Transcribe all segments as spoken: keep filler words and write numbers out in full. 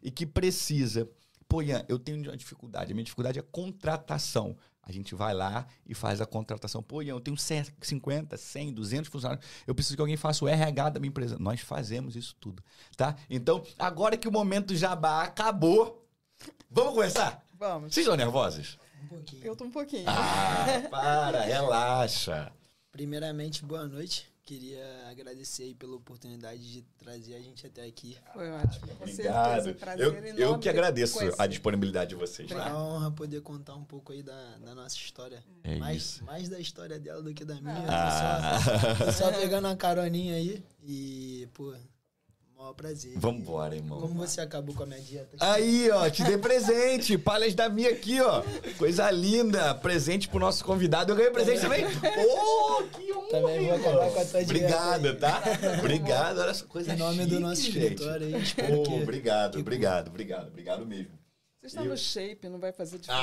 e que precisa. Pô, Ian, eu tenho uma dificuldade. A minha dificuldade é contratação. A gente vai lá e faz a contratação. Pô, Ian, eu tenho cinquenta, cem, duzentos funcionários. Eu preciso que alguém faça o R H da minha empresa. Nós fazemos isso tudo, tá? Então, agora que o momento do jabá acabou, vamos começar? Vamos. Vocês estão nervosos? Um pouquinho. Eu tô um pouquinho. Ah, para, relaxa. Primeiramente, boa noite. Queria agradecer aí pela oportunidade de trazer a gente até aqui. Foi ótimo. Com Obrigado. certeza. Prazer Eu, enorme eu que agradeço conhecer. a disponibilidade de vocês. É Tá? uma honra poder contar um pouco aí da, da nossa história. É mais, isso. mais da história dela do que da minha. Ah. Tô só, tô só pegando uma caroninha aí e, pô, maior prazer. Vambora, irmão. Como você acabou com a minha dieta? Aí, ó, te dei presente. Palhas da Mia aqui, ó. Coisa linda. Presente pro nosso convidado. Eu ganhei presente também. Ô, que honra, Também vou acabar com a tua dieta. Obrigado, aí. tá? Obrigado. Olha essa coisa Em nome chique, do nosso gente. escritório aí, espero Ô, que- obrigado, que- obrigado, obrigado. Obrigado mesmo. Vocês estão Eu- no shape, não vai fazer diferença.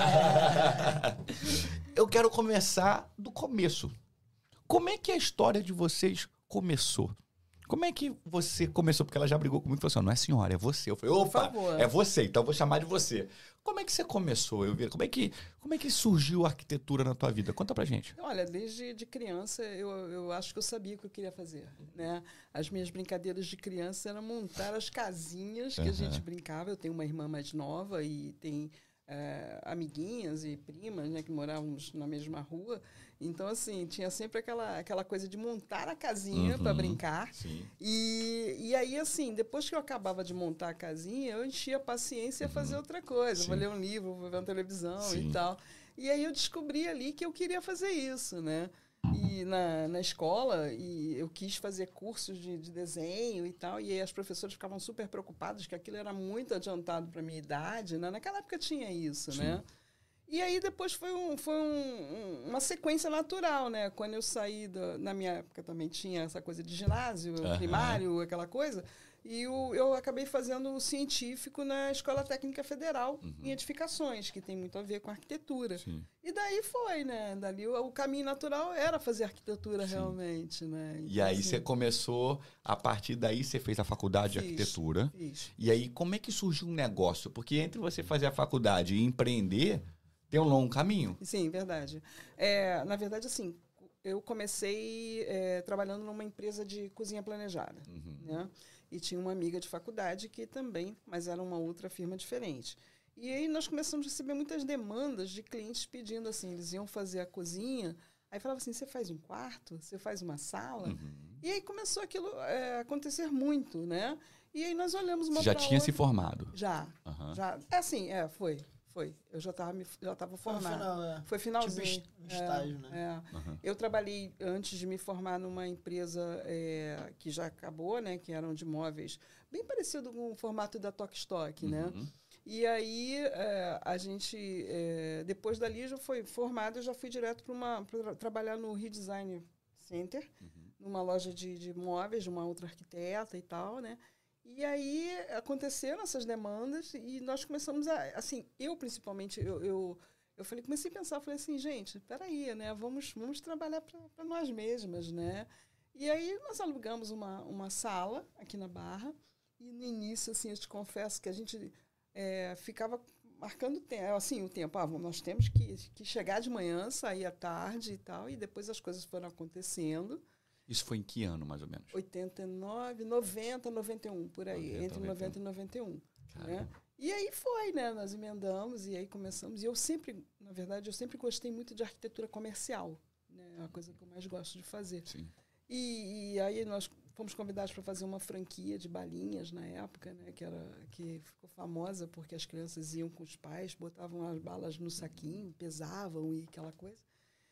Ah. Eu quero começar do começo. Como é que a história de vocês começou? Como é que você começou? Porque ela já brigou comigo e falou assim, não é senhora, é você. Eu falei, opa, favor. é você, então eu vou chamar de você. Como é que você começou, Elvira? Como é que, como é que surgiu a arquitetura na tua vida? Conta pra gente. Olha, desde de criança eu, eu acho que eu sabia o que eu queria fazer, né? As minhas brincadeiras de criança eram montar as casinhas que Uhum. a gente brincava. Eu tenho uma irmã mais nova e tem eh, amiguinhas e primas, né, que morávamos na mesma rua. Então, assim, tinha sempre aquela, aquela coisa de montar a casinha Uhum. para brincar. Sim. E, e aí, assim, depois que eu acabava de montar a casinha, eu enchia a paciência e ia fazer outra coisa. Sim. Vou ler um livro, vou ver uma televisão Sim. e tal. E aí eu descobri ali que eu queria fazer isso, né? E na, na escola, e eu quis fazer cursos de, de desenho e tal, e aí as professoras ficavam super preocupadas que aquilo era muito adiantado para a minha idade, né? Naquela época tinha isso, Sim. né? E aí depois foi, um, foi um, um- uma sequência natural, né? Quando eu saí, da, na minha época também tinha essa coisa de ginásio, Aham. primário, aquela coisa, e o, eu acabei fazendo o científico na Escola Técnica Federal, em edificações, que tem muito a ver com arquitetura. Sim. E daí foi, né? Dali o, o caminho natural era fazer arquitetura Sim. realmente, né? E Então, aí assim, você começou, a partir daí você fez a faculdade de Fiz, arquitetura. fiz. E aí, como é que surgiu um negócio? Porque entre você fazer a faculdade e empreender, tem um longo caminho. Sim, verdade. É, na verdade, assim, eu comecei é, trabalhando numa empresa de cozinha planejada, né? E tinha uma amiga de faculdade que também, mas era uma outra firma diferente. E aí nós começamos a receber muitas demandas de clientes pedindo assim, eles iam fazer a cozinha, aí falava assim, você faz um quarto? Você faz uma sala? E aí começou aquilo é, a acontecer muito, né? E aí nós olhamos uma Você já pra tinha outra. se formado. Já, Aham. já. É assim, é, foi, foi. Eu já estava já tava Foi no formada. final, é. Foi finalzinho. Tipo est- É, estágio, né? é. Aham. Eu trabalhei antes de me formar numa empresa é, que já acabou, né? Que eram de móveis bem parecido com o formato da Tok Stock, né? Uhum. E aí é, a gente é, depois dali já foi formada, eu já fui direto para uma pra trabalhar no Redesign Center, numa loja de, de móveis de uma outra arquiteta e tal, né? E aí aconteceram essas demandas e nós começamos a, assim, eu principalmente, eu, eu, eu falei, comecei a pensar, falei assim, gente, peraí, né, vamos, vamos trabalhar para nós mesmas, né? E aí nós alugamos uma, uma sala aqui na Barra e no início, assim, eu te confesso que a gente é, ficava marcando tempo, assim, o tempo, ah, nós temos que, que chegar de manhã, sair à tarde e tal, e depois as coisas foram acontecendo. Isso foi em que ano, mais ou menos? oitenta e nove, noventa, noventa e um, por aí. noventa, entre noventa e noventa e um. Né? Caramba. E aí foi, né? Nós emendamos e aí começamos. E eu sempre, na verdade, eu sempre gostei muito de arquitetura comercial. Né? É uma coisa que eu mais gosto de fazer. Sim. E, e aí nós fomos convidados para fazer uma franquia de balinhas na época, né? Que, era, que ficou famosa porque as crianças iam com os pais, botavam as balas no saquinho, pesavam e aquela coisa.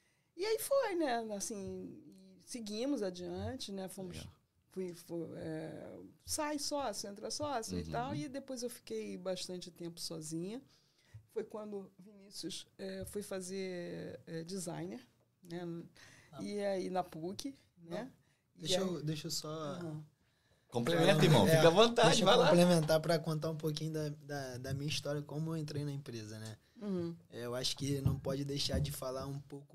E aí foi, né? Assim, e seguimos adiante, né? Fomos, Legal. fui, fui, é, sai sócio, entra sócio Uhum. e tal. E depois eu fiquei bastante tempo sozinha. Foi quando Vinícius é, foi fazer é, designer, né? Ah. E aí na PUC, né? E Deixa aí- eu, deixa eu só... Aham. Complementa, irmão. É, Fica à vontade, deixa eu vai lá. complementar para contar um pouquinho da, da, da minha história, como eu entrei na empresa, né? Uhum. É, eu acho que não pode deixar de falar um pouco...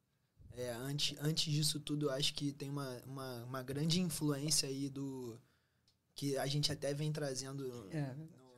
É, antes, antes disso tudo, eu acho que tem uma, uma, uma grande influência aí do... Que a gente até vem trazendo É. no,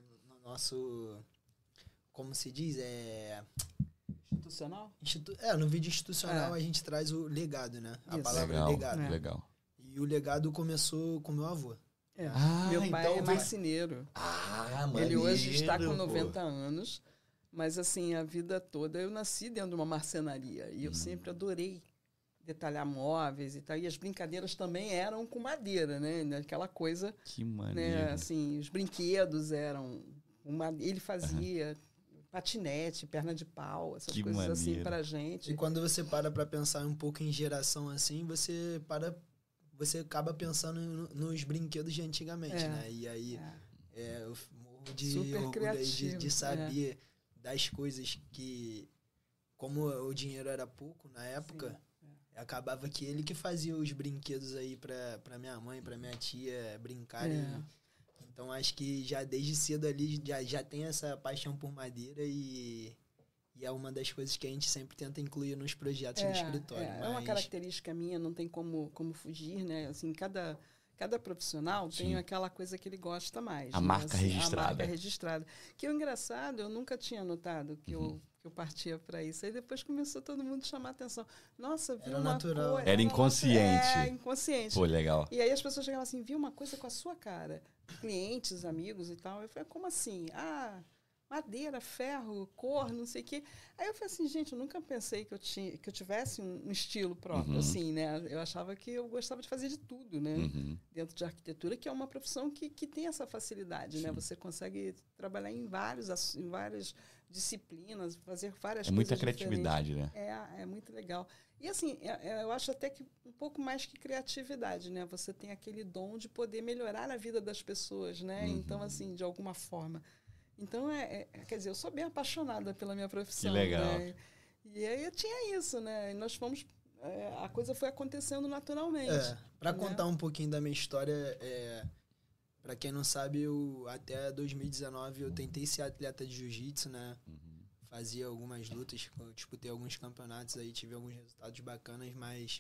nosso, como se diz, é... Institucional? Institu é, no vídeo institucional É. a gente traz o legado, né? A Isso. palavra Legal, legado. É. legal. E o legado começou com meu avô. É. Ah, Meu pai então é vai- marceneiro. Ah, Ele hoje está com maneiro, pô. noventa anos, mas assim, a vida toda eu nasci dentro de uma marcenaria e eu Hum. sempre adorei detalhar móveis e tal. E as brincadeiras também eram com madeira, né? Aquela coisa, Que né? maneiro. Assim, os brinquedos eram uma, ele fazia patinete, perna de pau, essas Que coisas assim maneiro. pra E gente. quando você para pra pensar um pouco em geração assim, você para você acaba pensando no- nos brinquedos de antigamente, É. né? E aí É. é, eu morro de Super orgulho aí de, criativo, de saber das coisas que, como o dinheiro era pouco na época, acabava que ele que fazia os brinquedos aí pra, pra minha mãe, pra minha tia brincarem. É. Então acho que já desde cedo ali já, já tem essa paixão por madeira e, e é uma das coisas que a gente sempre tenta incluir nos projetos do escritório. É, é uma mas- característica minha, não tem como, como fugir, né? Assim, cada, cada profissional Sim. tem aquela coisa que ele gosta mais. A né? marca Assim, registrada. A marca registrada. Que o engraçado, eu nunca tinha notado que, Uhum. eu, que eu partia para isso. Aí depois começou todo mundo a chamar atenção. Nossa, viu Era uma natural. coisa... Era inconsciente. É, inconsciente. Pô, legal. E aí as pessoas chegavam assim, viu uma coisa com a sua cara. Clientes, amigos e tal. Eu falei, como assim? Ah, madeira, ferro, cor, não sei o quê. Aí eu falei assim, gente, eu nunca pensei que eu, tinha, que eu tivesse um, um estilo próprio, Uhum. assim, né? Eu achava que eu gostava de fazer de tudo, né? Uhum. Dentro de arquitetura, que é uma profissão que, que tem essa facilidade, né? Sim. Você consegue trabalhar em, vários, ass- em várias disciplinas, fazer várias É coisas muita diferentes. criatividade, né? É, é muito legal. E assim, é- é, eu acho até que um pouco mais que criatividade, né? Você tem aquele dom de poder melhorar a vida das pessoas, né? Uhum. Então, assim, de alguma forma. Então, é, é- quer dizer, eu sou bem apaixonada pela minha profissão. Que legal. Né? E aí eu tinha isso, né? E nós fomos. é, a coisa foi acontecendo naturalmente. É, pra né? contar um pouquinho da minha história, é, pra quem não sabe, eu até dois mil e dezenove eu tentei ser atleta de jiu-jitsu, né? Uhum. Fazia algumas lutas, eu disputei alguns campeonatos aí, tive alguns resultados bacanas, mas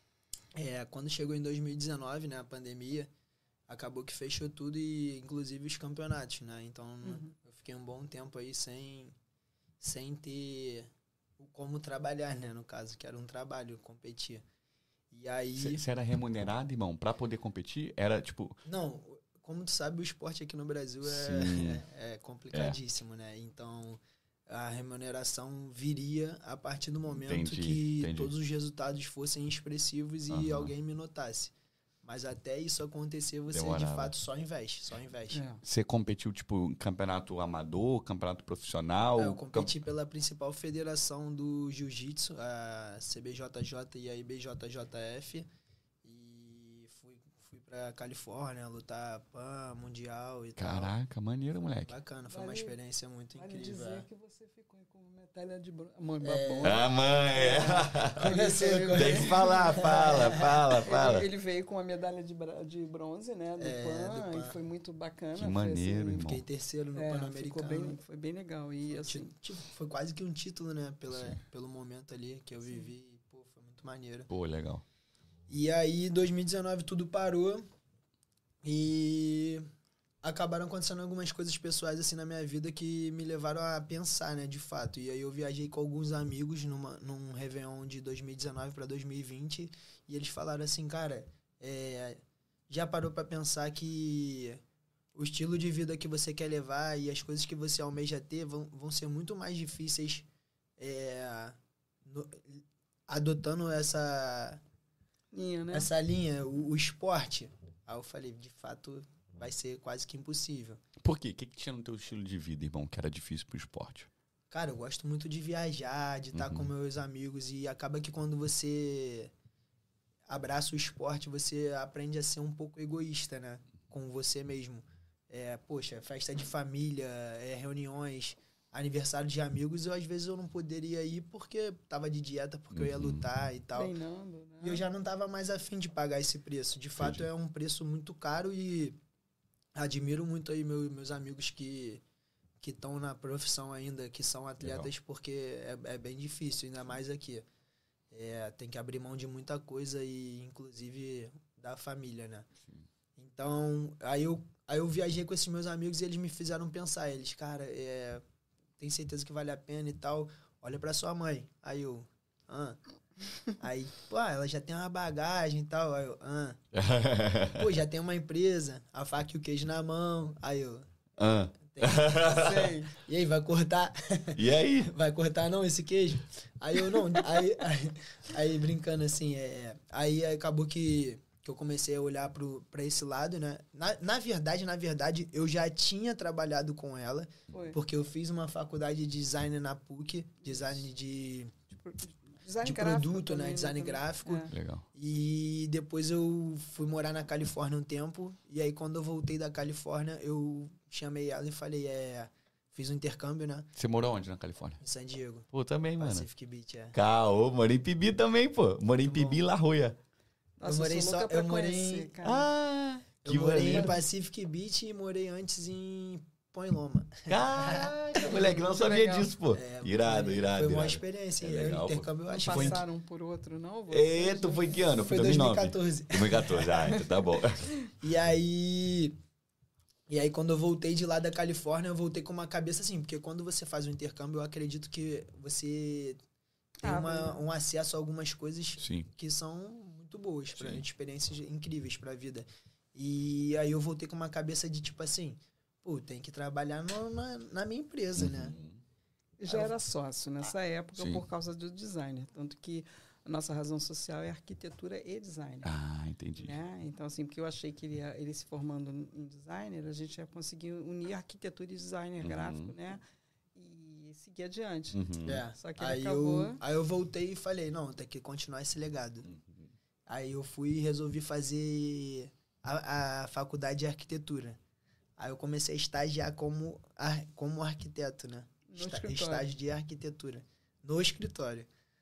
é, quando chegou em dois mil e dezenove, né, a pandemia, acabou que fechou tudo e inclusive os campeonatos, né? Então Uhum. eu fiquei um bom tempo aí sem, sem ter o como trabalhar, né, no caso, que era um trabalho, competir. E aí... Você era remunerado, irmão, pra poder competir? Era tipo. Não, como tu sabe, o esporte aqui no Brasil Sim. é, é complicadíssimo, né? Então, a remuneração viria a partir do momento Entendi, que entendi. todos os resultados fossem expressivos e Aham. alguém me notasse. Mas até isso acontecer, você Demorava. de fato só investe, só investe. É. Você competiu, tipo, em campeonato amador, campeonato profissional? É, eu competi pela principal federação do jiu-jitsu, a C B J J e a I B J J F. E fui, fui pra Califórnia lutar P A N, Mundial e tal. Caraca, maneiro, moleque. Bacana, foi uma Vale- experiência muito Vale incrível. dizer é. que você ficou com medalha de bronze. Mãe, É. babão. Ah, mãe! Começou com Tem que falar, fala, fala, fala. Ele, ele veio com a medalha de, bra- de bronze, né? Do, É, Pan, do Pan. e foi muito bacana. Que foi, maneiro, irmão. Fiquei terceiro no é, ficou Pan-Americano. bem, foi bem legal. E assim, Ti- tipo, foi quase que um título, né? Pela, Sim. pelo momento ali que eu Sim. vivi. Pô, foi muito maneiro. Pô, legal. E aí, em dois mil e dezenove, tudo parou. E acabaram acontecendo algumas coisas pessoais assim na minha vida que me levaram a pensar, né, de fato. E aí eu viajei com alguns amigos numa, num Réveillon de dois mil e dezenove para dois mil e vinte e eles falaram assim, cara, é, já parou para pensar que o estilo de vida que você quer levar e as coisas que você almeja ter vão, vão ser muito mais difíceis é, no- adotando essa, linha, né? essa linha, o, o esporte. Aí eu falei, de fato, vai ser quase que impossível. Por quê? O que, que tinha no teu estilo de vida, irmão, que era difícil pro esporte? Cara, eu gosto muito de viajar, de estar Uhum. com meus amigos e acaba que quando você abraça o esporte, você aprende a ser um pouco egoísta, né? Com você mesmo. É, poxa, festa de família, é, reuniões, aniversário de amigos, eu às vezes eu não poderia ir porque tava de dieta, porque eu ia Uhum. lutar e tal. Treinando, né? E eu já não tava mais afim de pagar esse preço. De fato, Entendi. é um preço muito caro e admiro muito aí meu, meus amigos que que estão na profissão ainda, que são atletas, porque é, é bem difícil, ainda mais aqui. É, tem que abrir mão de muita coisa e, inclusive, da família, né? Sim. Então, aí eu Aí eu viajei com esses meus amigos e eles me fizeram pensar. Eles, cara, é, tem certeza que vale a pena e tal. Olha pra sua mãe. Aí eu, ah. Aí, pô, ela já tem uma bagagem e tal. Aí eu, ah. Pô, já tem uma empresa, a faca e o queijo na mão. Aí eu, Ah. sei. E aí, vai cortar? E aí? Vai cortar não esse queijo? Aí eu, não. Aí, aí, aí brincando assim, é, aí acabou que... que eu comecei a olhar pro, pra esse lado, né? Na, na verdade, na verdade, eu já tinha trabalhado com ela, Foi. porque eu fiz uma faculdade de design na P U C, design de, Design de gráfico produto, né? também, Design também. gráfico. É. Legal. E depois eu fui morar na Califórnia um tempo, e aí quando eu voltei da Califórnia, eu chamei ela e falei, é... Fiz um intercâmbio, né? Você morou onde na Califórnia? Em San Diego. Pô, também, mano. Pacific Beach, é. Caô, morei em Pibi também, pô. Morei em Muito bom. Pibi e La Jolla. Nossa, Eu morei eu sou só- louca pra eu morei conhecer, em- cara. Ah, Eu que morei maneiro. em Pacific Beach e morei antes em Point Loma. Caraca, moleque, não Muito sabia legal. disso, pô. É, irado, foi- irado, Foi uma irado. experiência. É hein? legal, o intercâmbio eu Não acho que foi, passaram por outro, não? E Vocês, tu né? foi que ano? foi dois mil e nove? dois mil e quatorze. dois mil e quatorze, ah, então tá bom. E aí... E aí, quando eu voltei de lá da Califórnia, eu voltei com uma cabeça assim. Porque quando você faz um intercâmbio, eu acredito que você tem Ah, uma, vai. um acesso a algumas coisas Sim. que são muito boas, pra, Sim. experiências incríveis pra vida. E aí eu voltei com uma cabeça de tipo assim... Pô, tem que trabalhar no- na, na minha empresa, né? Uhum. Já era sócio nessa época Sim. por causa do design. Tanto que a nossa razão social é arquitetura e design. Ah, entendi. Né? Então, assim, porque eu achei que ele, ia- ele se formando em designer, a gente ia conseguir unir arquitetura e designer Uhum. gráfico, né? E seguir adiante. Uhum. É. Só que ele Aí acabou... eu, aí eu voltei e falei, não, tem que continuar esse legado. Uhum. Aí eu fui e resolvi fazer a, a faculdade de arquitetura. Aí eu comecei a estagiar como, ar, como arquiteto, né? No Esta- escritório. estágio de arquitetura. No escritório.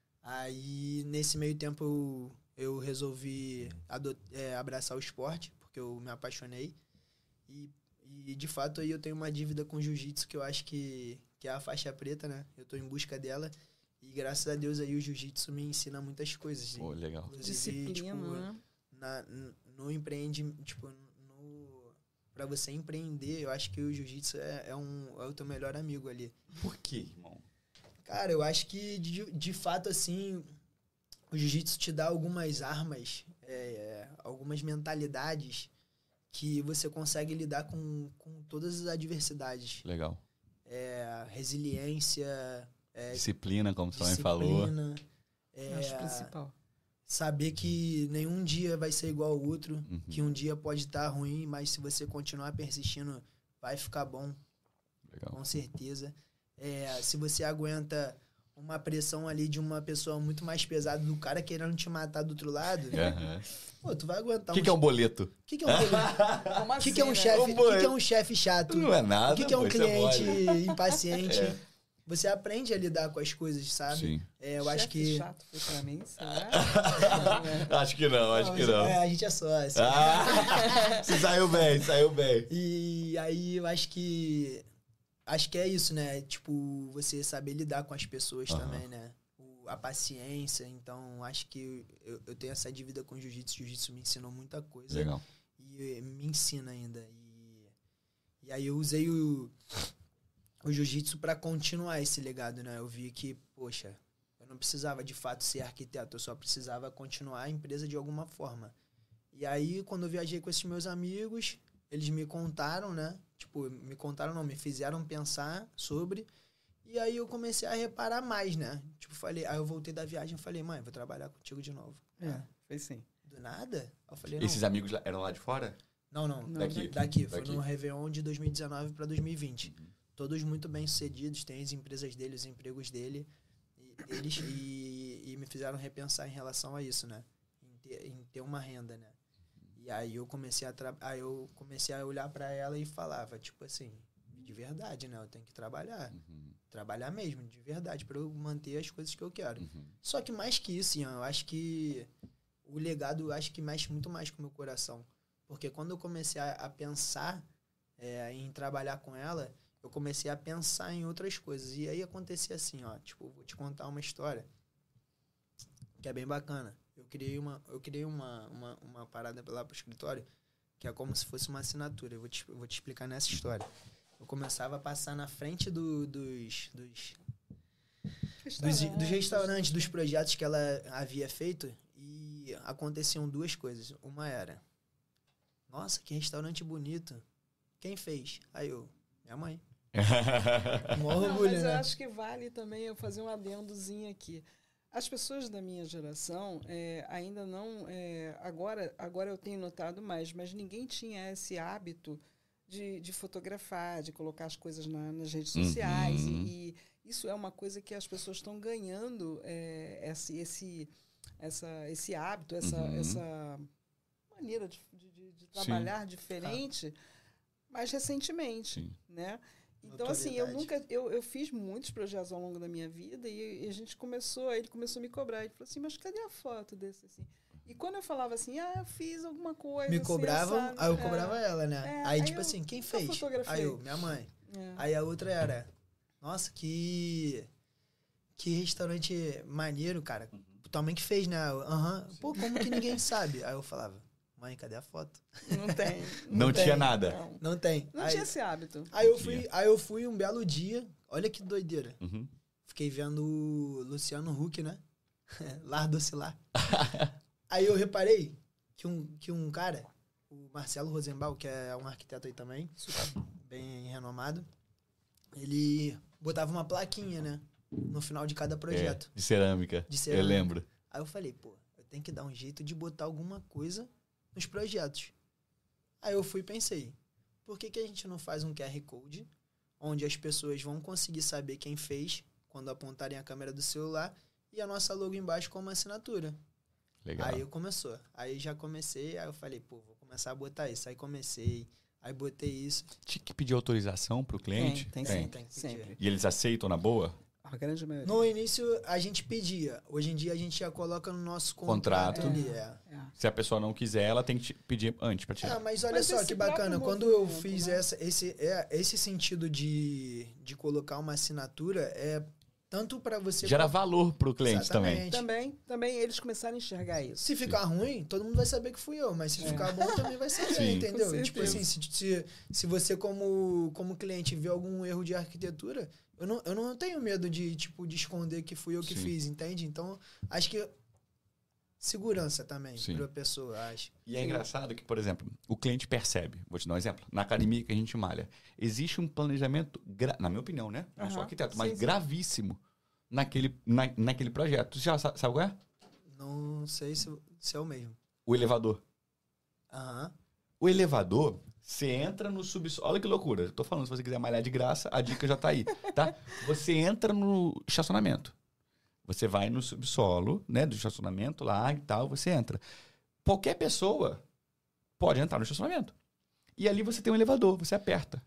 Aí, nesse meio tempo, eu, eu resolvi ado- é, abraçar o esporte, porque eu me apaixonei. E, e, de fato, aí eu tenho uma dívida com jiu-jitsu, que eu acho que, que é a faixa preta, né? Eu tô em busca dela. E, graças a Deus, aí o jiu-jitsu me ensina muitas coisas. Pô, legal. Inclusive, Disciplina, tipo, né? na, n- no empreendimento, tipo, no, pra você empreender, eu acho que o jiu-jitsu é, é, um, é o teu melhor amigo ali. Por quê, irmão? Cara, eu acho que, de, de fato, assim, o jiu-jitsu te dá algumas armas, é, algumas mentalidades que você consegue lidar com, com todas as adversidades. Legal. É, resiliência, é, Disciplina, como você também falou. disciplina, é, Eu acho principal. saber que nenhum dia vai ser igual ao outro, Uhum. que um dia pode estar ruim, mas se você continuar persistindo, vai ficar bom, Legal. com certeza. É, se você aguenta uma pressão ali de uma pessoa muito mais pesada, do cara querendo te matar do outro lado, Aham. pô, tu vai aguentar O que, que é um boleto? O que, que é um boleto? Como O que, que é um assim, né? chefe? Um O que, boleto. que é um chefe chato? Não é nada, O que, que é um pô, isso cliente mole. impaciente? É. Você aprende a lidar com as coisas, sabe? Sim. É, eu acho Chefe que. chato foi pra mim, será? Não, né? Acho que não, acho Não, que mas, não. é, a gente é sócio. Ah, você saiu bem, saiu bem. E aí eu acho que. Acho que é isso, né? Tipo, você saber lidar com as pessoas Aham. também, né? O- a paciência. Então, acho que eu, eu tenho essa dívida com o jiu-jitsu. Jiu-jitsu me ensinou muita coisa. Legal. E eh, me ensina ainda. E, e aí eu usei o, o jiu-jitsu pra continuar esse legado, né? Eu vi que, poxa, eu não precisava de fato ser arquiteto, eu só precisava continuar a empresa de alguma forma. E aí, quando eu viajei com esses meus amigos, eles me contaram, né? Tipo, me contaram não, me fizeram pensar sobre. E aí eu comecei a reparar mais, né? Tipo, falei, aí eu voltei da viagem e falei, mãe, vou trabalhar contigo de novo. É, foi sim. Do nada? Aí eu falei, não. Esses amigos lá- eram lá de fora? Não, não. Não, daqui. daqui. Daqui. Foi Daqui. no Réveillon de dois mil e dezenove para dois mil e vinte. Todos muito bem sucedidos, têm as empresas dele, os empregos dele, e, deles, e, e me fizeram repensar em relação a isso, né? Em ter, em ter uma renda, né? E aí eu comecei a tra- aí eu comecei a olhar para ela e falava, tipo assim, de verdade, né? Eu tenho que trabalhar. Uhum. Trabalhar mesmo, de verdade, para eu manter as coisas que eu quero. Uhum. Só que mais que isso, Ian, eu acho que o legado, eu acho que mexe muito mais com o meu coração. Porque quando eu comecei a, a pensar é, em trabalhar com ela, eu comecei a pensar em outras coisas. E aí acontecia assim, ó, tipo, vou te contar uma história que é bem bacana. Eu criei uma, eu criei uma, uma, uma parada lá pro escritório que é como se fosse uma assinatura. Eu vou te, eu vou te explicar nessa história. Eu começava a passar na frente do, dos, dos, dos, dos restaurantes, dos projetos que ela havia feito, e aconteciam duas coisas. Uma era, nossa, que restaurante bonito. Quem fez? Aí eu, minha mãe. Não, orgulho, mas né? Eu acho que vale também eu fazer um adendozinho aqui. As pessoas da minha geração é, ainda não... É, agora, agora eu tenho notado mais, mas ninguém tinha esse hábito de, de fotografar, de colocar as coisas na, nas redes sociais. Uhum. E, e isso é uma coisa que as pessoas estão ganhando, é, esse, esse, essa, esse hábito, essa, uhum. essa maneira de, de, de trabalhar Sim. diferente, ah. mais recentemente, Sim. né? Então, assim, eu nunca... Eu, eu fiz muitos projetos ao longo da minha vida e, e a gente começou... Ele começou a me cobrar. Ele falou assim, mas cadê a foto desse, assim? E quando eu falava assim, ah, eu fiz alguma coisa... Me assim, cobravam, sabe? aí eu é, cobrava ela, né? É, aí, aí, tipo eu, assim, quem fez? Aí eu, minha mãe. É. Aí a outra era, nossa, que... Que restaurante maneiro, cara. Tua mãe que fez, né? Aham. Uhum. Pô, como que ninguém sabe? Aí eu falava... Mãe, cadê a foto? Não tem. Não, não tem, tinha nada. Não, não tem. Não aí, tinha esse hábito. Aí eu, fui, aí eu fui um belo dia. Olha que doideira. Uhum. Fiquei vendo o Luciano Huck, né? Lar Docilar. Aí eu reparei que um, que um cara, o Marcelo Rosenbaum, que é um arquiteto aí também, super bem renomado, ele botava uma plaquinha, né? No final de cada projeto. É, de cerâmica. De cerâmica. Eu lembro. Aí eu falei, pô, eu tenho que dar um jeito de botar alguma coisa nos projetos. Aí eu fui e pensei, por que que a gente não faz um Q R Code onde as pessoas vão conseguir saber quem fez quando apontarem a câmera do celular e a nossa logo embaixo como assinatura? Legal. Aí eu começou. Aí já comecei, aí eu falei, pô, vou começar a botar isso. Aí comecei, aí botei isso. Tinha que pedir autorização pro cliente? Tem, tem, tem. tem, tem sempre. E eles aceitam na boa? A grande maioria. No início, a gente pedia. Hoje em dia, a gente já coloca no nosso contrato. Contrato. Ali, é. É. Se a pessoa não quiser, ela tem que pedir antes para tirar. É, mas olha mas só que bacana. Quando eu fiz né? essa, esse, é, esse sentido de, de colocar uma assinatura, é tanto para você... Gera valor para o cliente Exatamente. também. Também, também eles começaram a enxergar isso. Se ficar Sim. ruim, todo mundo vai saber que fui eu. Mas se é. ficar bom, também vai saber, Sim. entendeu? Tipo assim, se, se, se você como, como cliente vê algum erro de arquitetura... Eu não, eu não tenho medo de, tipo, de esconder que fui eu que Sim. fiz, entende? Então, acho que segurança também para a pessoa, acho. E é Sim. engraçado que, por exemplo, o cliente percebe. Vou te dar um exemplo. Na academia que a gente malha, existe um planejamento, gra- na minha opinião, né? Não uhum. sou arquiteto, mas sim, gravíssimo naquele, na, naquele projeto. Você já sabe, sabe qual é? Não sei se, se é o mesmo. O elevador. Aham. Uhum. O elevador... Você entra no subsolo. Olha que loucura. Eu tô falando, se você quiser malhar de graça, a dica já tá aí, tá? Você entra no estacionamento. Você vai no subsolo, né, do estacionamento lá e tal, você entra. Qualquer pessoa pode entrar no estacionamento. E ali você tem um elevador, você aperta.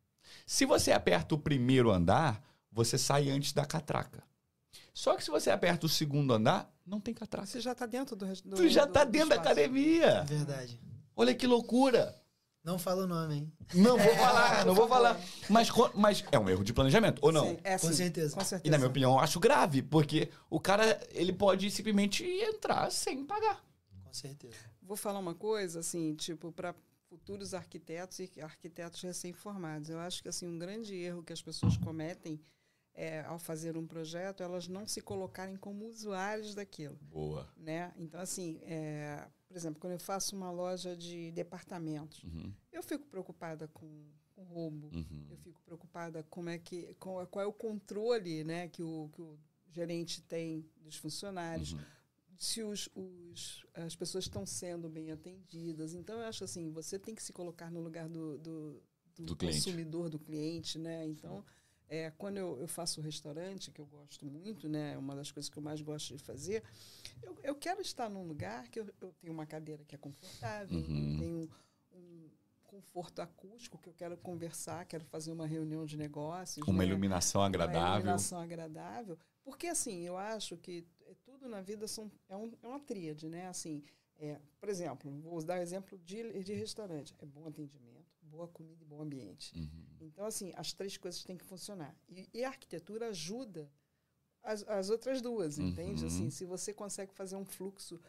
Se você aperta o primeiro andar, você sai antes da catraca. Só que se você aperta o segundo andar, não tem catraca. Você já tá dentro do... do tu já do, tá do dentro espaço. da academia. Verdade. Olha que loucura. Não fala o nome, hein? Não vou falar, não vou falar. Mas, mas é um erro de planejamento, ou não? Sim, é com sim, certeza. Com certeza. E na minha opinião, eu acho grave, porque o cara, ele pode simplesmente entrar sem pagar. Com certeza. Vou falar uma coisa, assim, tipo, para futuros arquitetos e arquitetos recém-formados. Eu acho que, assim, um grande erro que as pessoas cometem é, ao fazer um projeto, elas não se colocarem como usuários daquilo. Boa. Né? Então, assim, é, por exemplo, quando eu faço uma loja de departamentos, uhum. eu fico preocupada com, com roubo, uhum. eu fico preocupada como é que, com, qual é o controle, né, que, o, que o gerente tem dos funcionários, uhum. se os, os, as pessoas estão sendo bem atendidas. Então, eu acho assim, você tem que se colocar no lugar do, do, do, do consumidor, do cliente. Né? Então, é, quando eu, eu faço restaurante, que eu gosto muito, né, uma das coisas que eu mais gosto de fazer, eu, eu quero estar num lugar que eu, eu tenho uma cadeira que é confortável, uhum. eu tenho um conforto acústico, que eu quero conversar, quero fazer uma reunião de negócios. Uma né? iluminação agradável. Uma iluminação agradável. Porque, assim, eu acho que tudo na vida são, é, um, é uma tríade, né? Assim, é, por exemplo, vou dar exemplo de, de restaurante. É bom atendimento, boa comida e bom ambiente. Uhum. Então, assim, as três coisas têm que funcionar. E, e a arquitetura ajuda as, as outras duas, uhum. entende? Assim, se você consegue fazer um fluxo uh,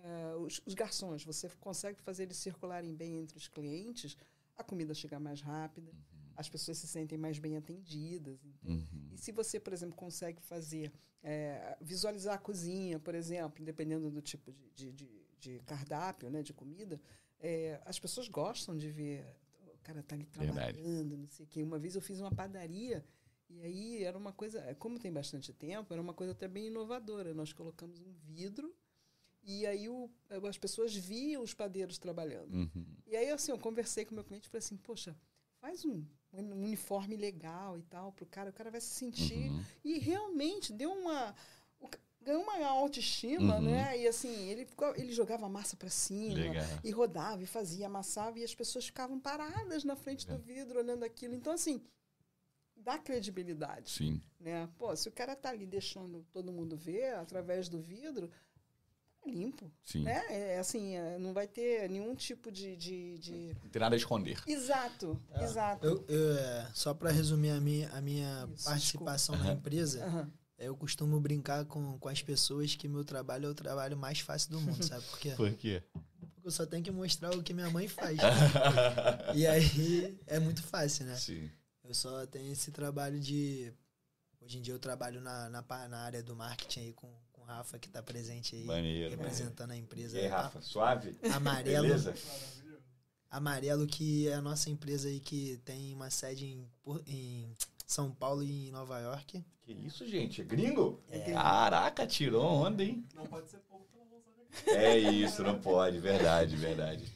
uh, os, os garçons, você consegue fazer eles circularem bem entre os clientes, a comida chega mais rápida, uhum. as pessoas se sentem mais bem atendidas. Uhum. E se você, por exemplo, consegue fazer, é, visualizar a cozinha, por exemplo, dependendo do tipo de, de, de, de cardápio, né, de comida, é, as pessoas gostam de ver, o cara está ali trabalhando, Verdade. não sei o quê. Uma vez eu fiz uma padaria, e aí era uma coisa, como tem bastante tempo, era uma coisa até bem inovadora. Nós colocamos um vidro e aí o, as pessoas viam os padeiros trabalhando. Uhum. E aí assim, eu conversei com o meu cliente e falei assim, poxa, faz um, um uniforme legal e tal para o cara, o cara vai se sentir. Uhum. E realmente deu uma... ganhou uma autoestima, uhum. né? E assim, ele, ele jogava a massa para cima, Legal. e rodava, e fazia, amassava, e as pessoas ficavam paradas na frente Legal. do vidro olhando aquilo. Então, assim... dá credibilidade. Sim. Né? Pô, se o cara tá ali deixando todo mundo ver através do vidro, é limpo. Sim. Né? É, assim, é, não vai ter nenhum tipo de... de, de... Não tem nada a esconder. Exato, é. exato. Eu, eu, é, só para resumir a minha, a minha Isso, participação desculpa. na empresa, uhum. eu costumo brincar com, com as pessoas que meu trabalho é o trabalho mais fácil do mundo, sabe por quê? Por quê? Porque eu só tenho que mostrar o que minha mãe faz. E aí é muito fácil, né? Sim. Eu só tenho esse trabalho de... Hoje em dia eu trabalho na, na, na área do marketing aí com, com o Rafa, que está presente aí, Maneiro, representando a empresa. E aí, Rafa, suave? Amarelo. Beleza? Amarelo, que é a nossa empresa aí que tem uma sede em, em São Paulo e em Nova York. Que isso, gente? É gringo? É. Caraca, tirou onda, hein? Não pode ser pouco pela bolsa daqui. É isso, não pode. Verdade, verdade.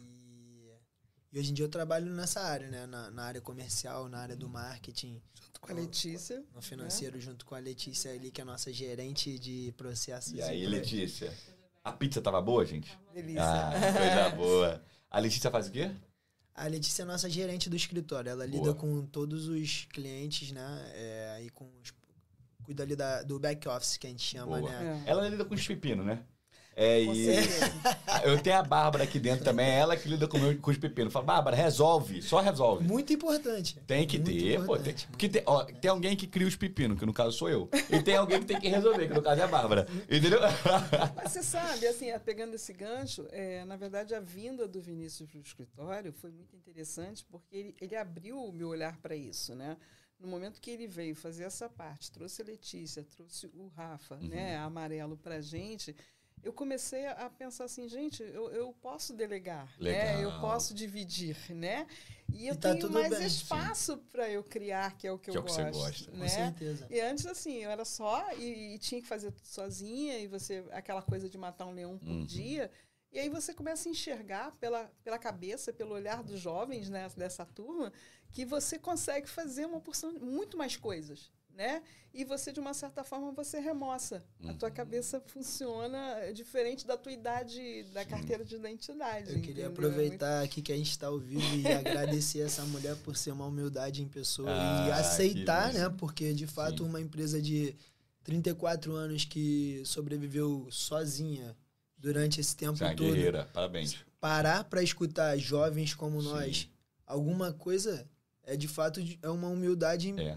E hoje em dia eu trabalho nessa área, né? Na, na área comercial, na área do marketing. Junto com a Letícia. No financeiro, né? Junto com a Letícia ali, que é a nossa gerente de processos. E aí, Letícia? A pizza tava boa, gente? Delícia. Ah, coisa boa. A Letícia faz o quê? A Letícia é a nossa gerente do escritório. Ela boa. lida com todos os clientes, né? É, aí com os, cuida ali da, do back office, que a gente chama, boa. né? É. Ela lida com os pepinos, né? É, e eu tenho a Bárbara aqui dentro também, é ela que lida com, meu, com os pepinos. Fala, Bárbara, resolve, só resolve. Muito importante. Tem que Muito ter, pô, tem, porque tem, ó, tem alguém que cria os pepinos, que no caso sou eu. E tem alguém que tem que resolver, que no caso é a Bárbara. Entendeu? Mas você sabe, assim, pegando esse gancho, é, na verdade a vinda do Vinícius para o escritório foi muito interessante, porque ele, ele abriu o meu olhar para isso, né? No momento que ele veio fazer essa parte, trouxe a Letícia, trouxe o Rafa, uhum. né, Amarelo pra gente, eu comecei a pensar assim, gente, eu, eu posso delegar, né? Eu posso dividir, né? E eu e tá tenho mais bem, espaço para eu criar, que é o que, que eu é o gosto. Que você gosta. Né? Com certeza. E antes, assim, eu era só, e, e tinha que fazer tudo sozinha, e você, aquela coisa de matar um leão por uhum. dia. E aí você começa a enxergar pela, pela cabeça, pelo olhar dos jovens, né, dessa turma, que você consegue fazer uma porção, muito mais coisas. Né? E você, de uma certa forma, você remoça. Uhum. A tua cabeça funciona diferente da tua idade, da Sim. carteira de identidade. Eu queria entendeu? aproveitar muito... aqui que a gente está ao vivo e agradecer essa mulher por ser uma humildade em pessoa ah, e aceitar, né? Porque, de fato, Sim. uma empresa de trinta e quatro anos que sobreviveu sozinha durante esse tempo Você é todo. Guerreira, parabéns. Parar para escutar jovens como Sim. nós, alguma coisa, é de fato é uma humildade... É.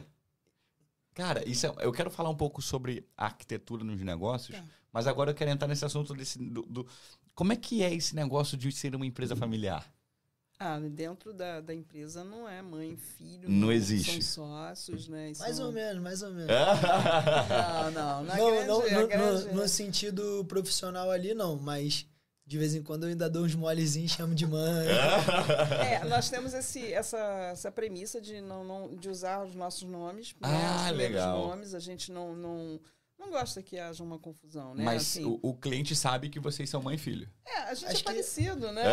Cara, isso é, eu quero falar um pouco sobre a arquitetura nos negócios, tá. mas agora eu quero entrar nesse assunto desse, do, do... Como é que é esse negócio de ser uma empresa familiar? Ah, dentro da, da empresa não é mãe, filho. Não, não existe. São sócios, né? E mais são... ou menos, mais ou menos. não, não. Na não, grande, não no, grande... no, no sentido profissional ali, não, mas... De vez em quando eu ainda dou uns molezinhos e chamo de mãe. É, nós temos esse, essa, essa premissa de, não, não, de usar os nossos nomes. Ah, né, os legal. Nomes, a gente não, não, não gosta que haja uma confusão, né? Mas assim, o, o cliente sabe que vocês são mãe e filho. É, a gente Acho é que... parecido, né?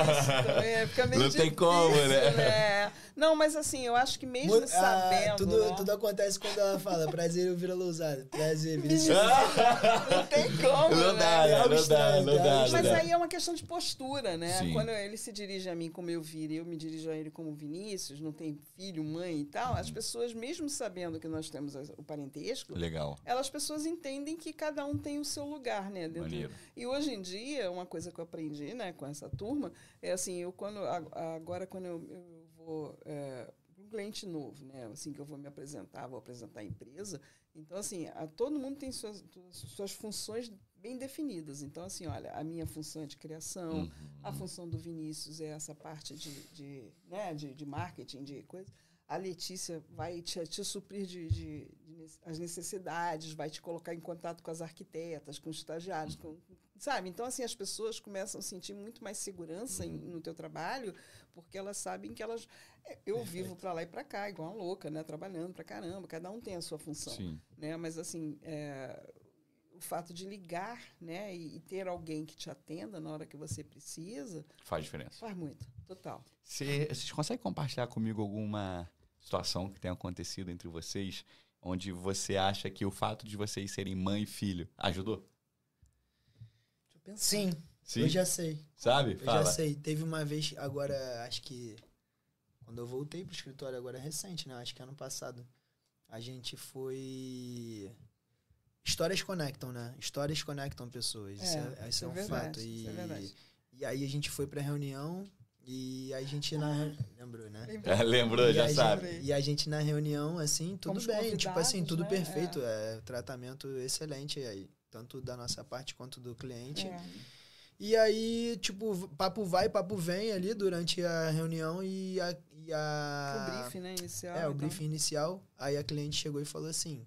É, fica meio não difícil, tem como, né? né? Não, mas assim, eu acho que mesmo ah, sabendo... Tudo, né? tudo acontece quando ela fala, prazer, eu viro lousada. Prazer, Vinícius. Não tem como, não né? Dá, é não, dá, estranho, não dá, Mas não aí é uma questão de postura, né? Sim. Quando ele se dirige a mim como eu viro e eu me dirijo a ele como Vinícius, não tem filho, mãe e tal, as pessoas, mesmo sabendo que nós temos o parentesco, Legal. elas pessoas entendem que cada um tem o seu lugar, né? Dentro. Maneiro. E hoje em dia, uma coisa que eu aprendi, né, com essa turma, é assim, eu quando agora quando eu, eu vou é, para um cliente novo, né? Assim que eu vou me apresentar, vou apresentar a empresa. Então, assim, a, todo mundo tem suas, suas funções bem definidas. Então, assim, olha, a minha função é de criação, Uhum. a função do Vinícius é essa parte de, de, né, de, de marketing, de coisa. A Letícia vai te, te suprir de, de, de as necessidades, vai te colocar em contato com as arquitetas, com os estagiários, com, sabe? Então, assim, as pessoas começam a sentir muito mais segurança em, no teu trabalho, porque elas sabem que elas... Eu Perfeito. vivo para lá e para cá, igual uma louca, né? Trabalhando para caramba, cada um tem a sua função. Sim. Né? Mas, assim, é, o fato de ligar, né? E, e ter alguém que te atenda na hora que você precisa... Faz diferença. Faz muito, total. Você, vocês conseguem compartilhar comigo alguma situação que tenha acontecido entre vocês, onde você acha que o fato de vocês serem mãe e filho ajudou? Deixa eu pensar. Sim, Sim? eu já sei. Sabe? Eu Fala. já sei. Teve uma vez, agora, acho que... Quando eu voltei pro escritório, agora é recente, né? Acho que ano passado. A gente foi... Histórias conectam, né? Histórias conectam pessoas. É, isso é, isso é um verdade, fato. E, isso é verdade. e aí a gente foi pra reunião e a gente na... Lembrou, né? É, lembrou, E já a sabe. gente- e a gente na reunião, assim, tudo Fomos bem. Tipo assim, convidados, tudo né? perfeito. É. tratamento excelente aí. Tanto da nossa parte quanto do cliente. É. E aí, tipo, papo vai, papo vem ali durante a reunião e a... E a O briefing, né, inicial. é, o então. briefing inicial. Aí a cliente chegou e falou assim,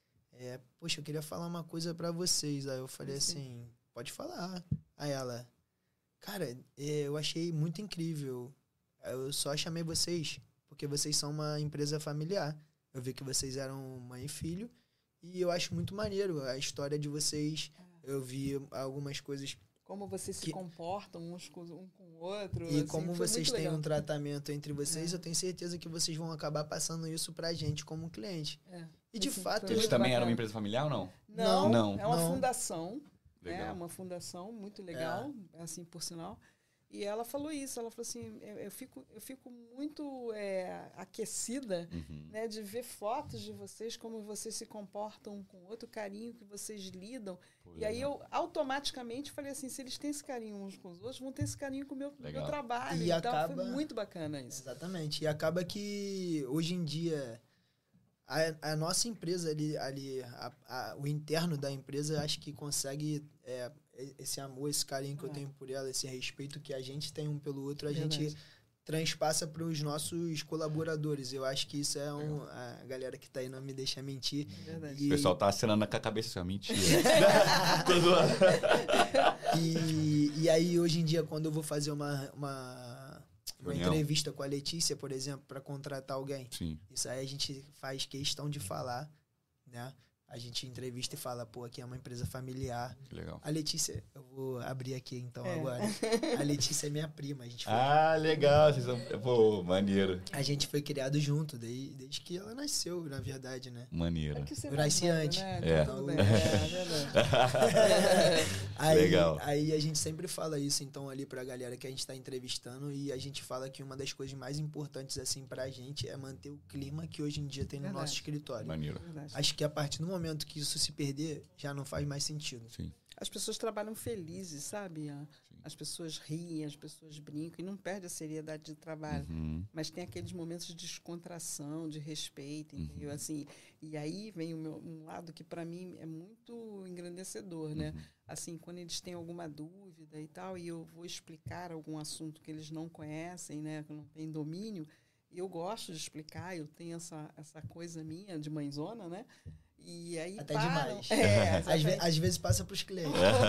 é, poxa, eu queria falar uma coisa pra vocês. Aí eu falei Sim. assim, pode falar. Aí ela, cara, é, eu achei muito incrível. Eu só chamei vocês porque vocês são uma empresa familiar. Eu vi que vocês eram mãe e filho. E eu acho muito maneiro a história de vocês. Eu vi algumas coisas... Como vocês se Que- comportam uns com, um com o outro. E assim, como foi vocês muito têm legal. um tratamento entre vocês, É. eu tenho certeza que vocês vão acabar passando isso pra gente como cliente. É. E de Foi- fato, foi Eles muito também bacana. eram uma empresa familiar ou não? Não, Não. é uma Não. fundação. É Legal. uma fundação muito legal, assim, por sinal. E ela falou isso, ela falou assim, eu, eu fico, eu fico muito é, aquecida, Uhum. né, de ver fotos de vocês, como vocês se comportam um com o outro, o carinho que vocês lidam. Pô, E aí legal. eu automaticamente falei assim, se eles têm esse carinho uns com os outros, vão ter esse carinho com o meu, Legal. meu trabalho. E então acaba- foi muito bacana isso. Exatamente. E acaba que hoje em dia a, a nossa empresa ali, ali a, a- o interno da empresa, acho que consegue é, esse amor, esse carinho que eu É. tenho por ela, esse respeito que a gente tem um pelo outro, a Verdade. gente transpassa para os nossos colaboradores. Eu acho que isso é um... A galera que tá aí não me deixa mentir. Verdade. E- O pessoal tá acenando com a cabeça assim, ó, mentira. Tô zoando. E, e aí, hoje em dia, quando eu vou fazer uma, uma, uma Reunião. entrevista com a Letícia, por exemplo, para contratar alguém, Sim. isso aí a gente faz questão de falar, né? A gente entrevista e fala, pô, aqui é uma empresa familiar. Que legal. A Letícia, eu vou abrir aqui então É. agora. A Letícia é minha prima, a gente foi, Ah, legal. Vocês são... Pô, maneiro. a gente foi criado junto, desde, desde que ela nasceu, na verdade, né? Maneiro. É que você é Eu mais nasci novo, antes. né? É. Tudo bem. É, verdade. Aí, Legal. aí a gente sempre fala isso, então, ali pra galera que a gente tá entrevistando, e a gente fala que uma das coisas mais importantes, assim, pra gente é manter o clima que hoje em dia tem no Verdade. nosso escritório. Maneiro. Verdade. Acho que a partir do momento que isso se perder, já não faz mais sentido. Sim. As pessoas trabalham felizes, sabe? A- As pessoas riem, as pessoas brincam e não perde a seriedade de trabalho. Uhum. Mas tem aqueles momentos de descontração, de respeito, entendeu? Uhum. Assim, e aí vem o meu, um lado que para mim é muito engrandecedor, né? Uhum. Assim, quando eles têm alguma dúvida e tal, e eu vou explicar algum assunto que eles não conhecem, né? Que não têm domínio, e eu gosto de explicar, eu tenho essa, essa coisa minha de mãezona, né? E aí Até param. demais. É, Às, ve- exatamente. às vezes passa pros clientes.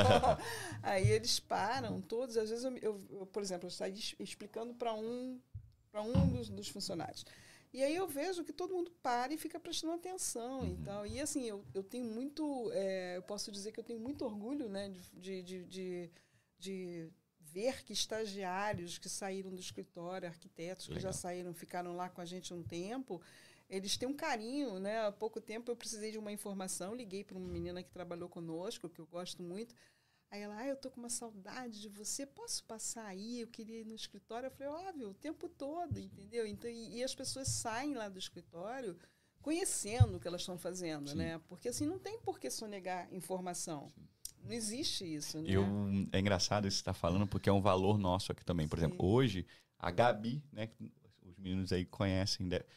Aí eles param todos. Às vezes, eu, eu- eu, por exemplo, eu saí es- explicando para um, para um dos, dos funcionários. E aí eu vejo que todo mundo para e fica prestando atenção e tal. E assim, eu, eu tenho muito... é, eu posso dizer que eu tenho muito orgulho, né, de, de, de, de ver que estagiários que saíram do escritório, arquitetos que Legal. já saíram, ficaram lá com a gente um tempo, eles têm um carinho, né? Há pouco tempo eu precisei de uma informação, liguei para uma menina que trabalhou conosco, que eu gosto muito. Aí ela, ah, eu tô com uma saudade de você, posso passar aí? Eu queria ir no escritório. Eu falei, óbvio, o tempo todo, entendeu? Então, e, e as pessoas saem lá do escritório conhecendo o que elas estão fazendo, Sim. né? Porque assim, não tem por que sonegar informação. Não existe isso, né? Eu, é engraçado isso que você está falando, porque é um valor nosso aqui também. Por Sim. exemplo, hoje, a Gabi, né, que os meninos aí conhecem, de-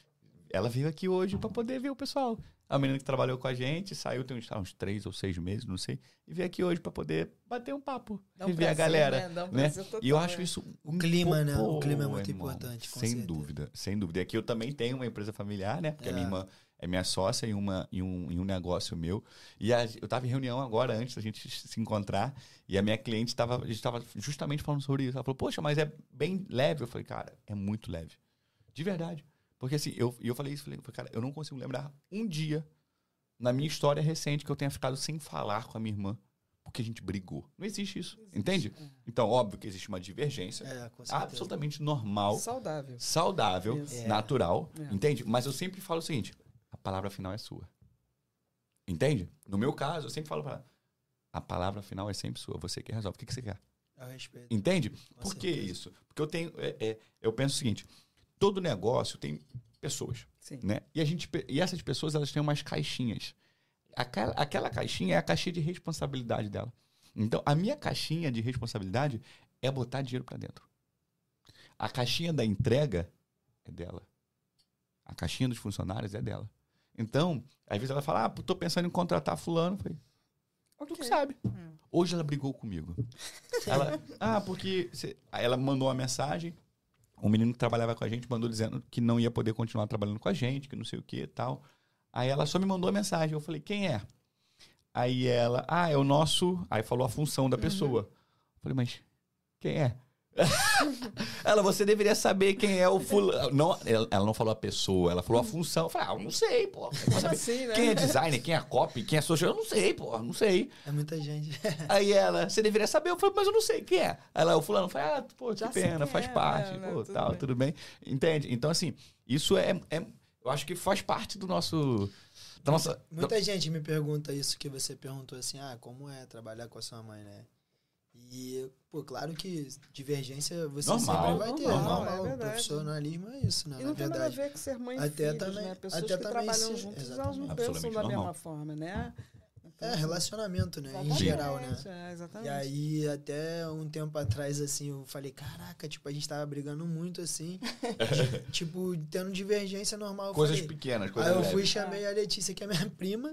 ela veio aqui hoje pra poder ver o pessoal. A menina que trabalhou com a gente, saiu tem uns, ah, uns três ou seis meses, não sei, e veio aqui hoje pra poder bater um papo, Dá um rever a prazer, galera. né? Dá um né? prazer total, E eu acho é. isso... O clima, né? Pô, O clima é muito irmão, importante, com Sem certeza. dúvida, sem dúvida. E aqui eu também tenho uma empresa familiar, né? Porque É. a minha irmã é minha sócia em, uma, em, um, em um negócio meu. E a, eu estava em reunião agora, antes da gente se encontrar, e a minha cliente estava, a gente estava justamente falando sobre isso. Ela falou, poxa, mas é bem leve. Eu falei, cara, é muito leve. De verdade. Porque assim, eu, eu falei isso, falei, cara, eu não consigo lembrar um dia na minha história recente que eu tenha ficado sem falar com a minha irmã, porque a gente brigou. Não existe isso, Existe, entende? é. Então, óbvio que existe uma divergência, É, com certeza. absolutamente normal, Saudável. saudável, Isso. É. natural, É. entende? Mas eu sempre falo o seguinte, a palavra final é sua. Entende? No meu caso, eu sempre falo para ela, a palavra final é sempre sua, você que resolve. O que, que você quer? Eu respeito. Entende? Com Por que certeza. isso? Porque eu tenho, é, é, eu penso o seguinte, todo negócio tem pessoas, Sim. né? E, a gente, pe- e essas pessoas, elas têm umas caixinhas. Aquela, aquela caixinha é a caixinha de responsabilidade dela. Então, a minha caixinha de responsabilidade é botar dinheiro para dentro. A caixinha da entrega é dela. A caixinha dos funcionários é dela. Então, às vezes ela fala, ah, tô pensando em contratar fulano. Eu falei, tu que Ok. sabe. Hum. Hoje ela brigou comigo. Ela, ah, porque... Cê... Aí ela mandou uma mensagem, o menino que trabalhava com a gente mandou dizendo que não ia poder continuar trabalhando com a gente, que não sei o que e tal. Aí ela só me mandou a mensagem. Eu falei, quem é? Aí ela, ah, é o nosso... Aí falou a função da pessoa. Eu falei, mas quem é? Ela, você deveria saber quem é o fulano. Não, ela, ela não falou a pessoa, ela falou a função. Eu falei, ah, eu não sei, pô. Eu vou saber Assim, né? quem é designer, quem é copy, quem é social. Eu não sei, pô, não sei. É muita gente. Aí ela, você deveria saber. Eu falei, mas eu não sei quem é. Aí ela, o fulano, eu falei, ah, pô, que Já sei pena, quem faz é, parte. né, né, Pô, tudo tal, bem. tudo bem. Entende? Então, assim, isso é, é... Eu acho que faz parte do nosso... Da nossa... Muita gente me pergunta isso que você perguntou assim, ah, como é trabalhar com a sua mãe, né? E, pô, claro que divergência você Normal, sempre vai ter, normal, é normal. é o verdade. profissionalismo é isso, né? E Na não tem nada a verdade. ver com ser mãe e Até filhos, também- né? Pessoas até que também trabalham se- juntas, elas exatamente. não pensam Absolutamente da normal. mesma forma, né? Então, É, assim, relacionamento, né? Em exatamente, geral, né? É, exatamente. E aí, até um tempo atrás, assim, eu falei, caraca, tipo, a gente tava brigando muito, assim. de- tipo, tendo divergência normal. Eu Coisas falei, pequenas, Aí coisas eu fui e leves. chamei a Letícia, que é minha prima,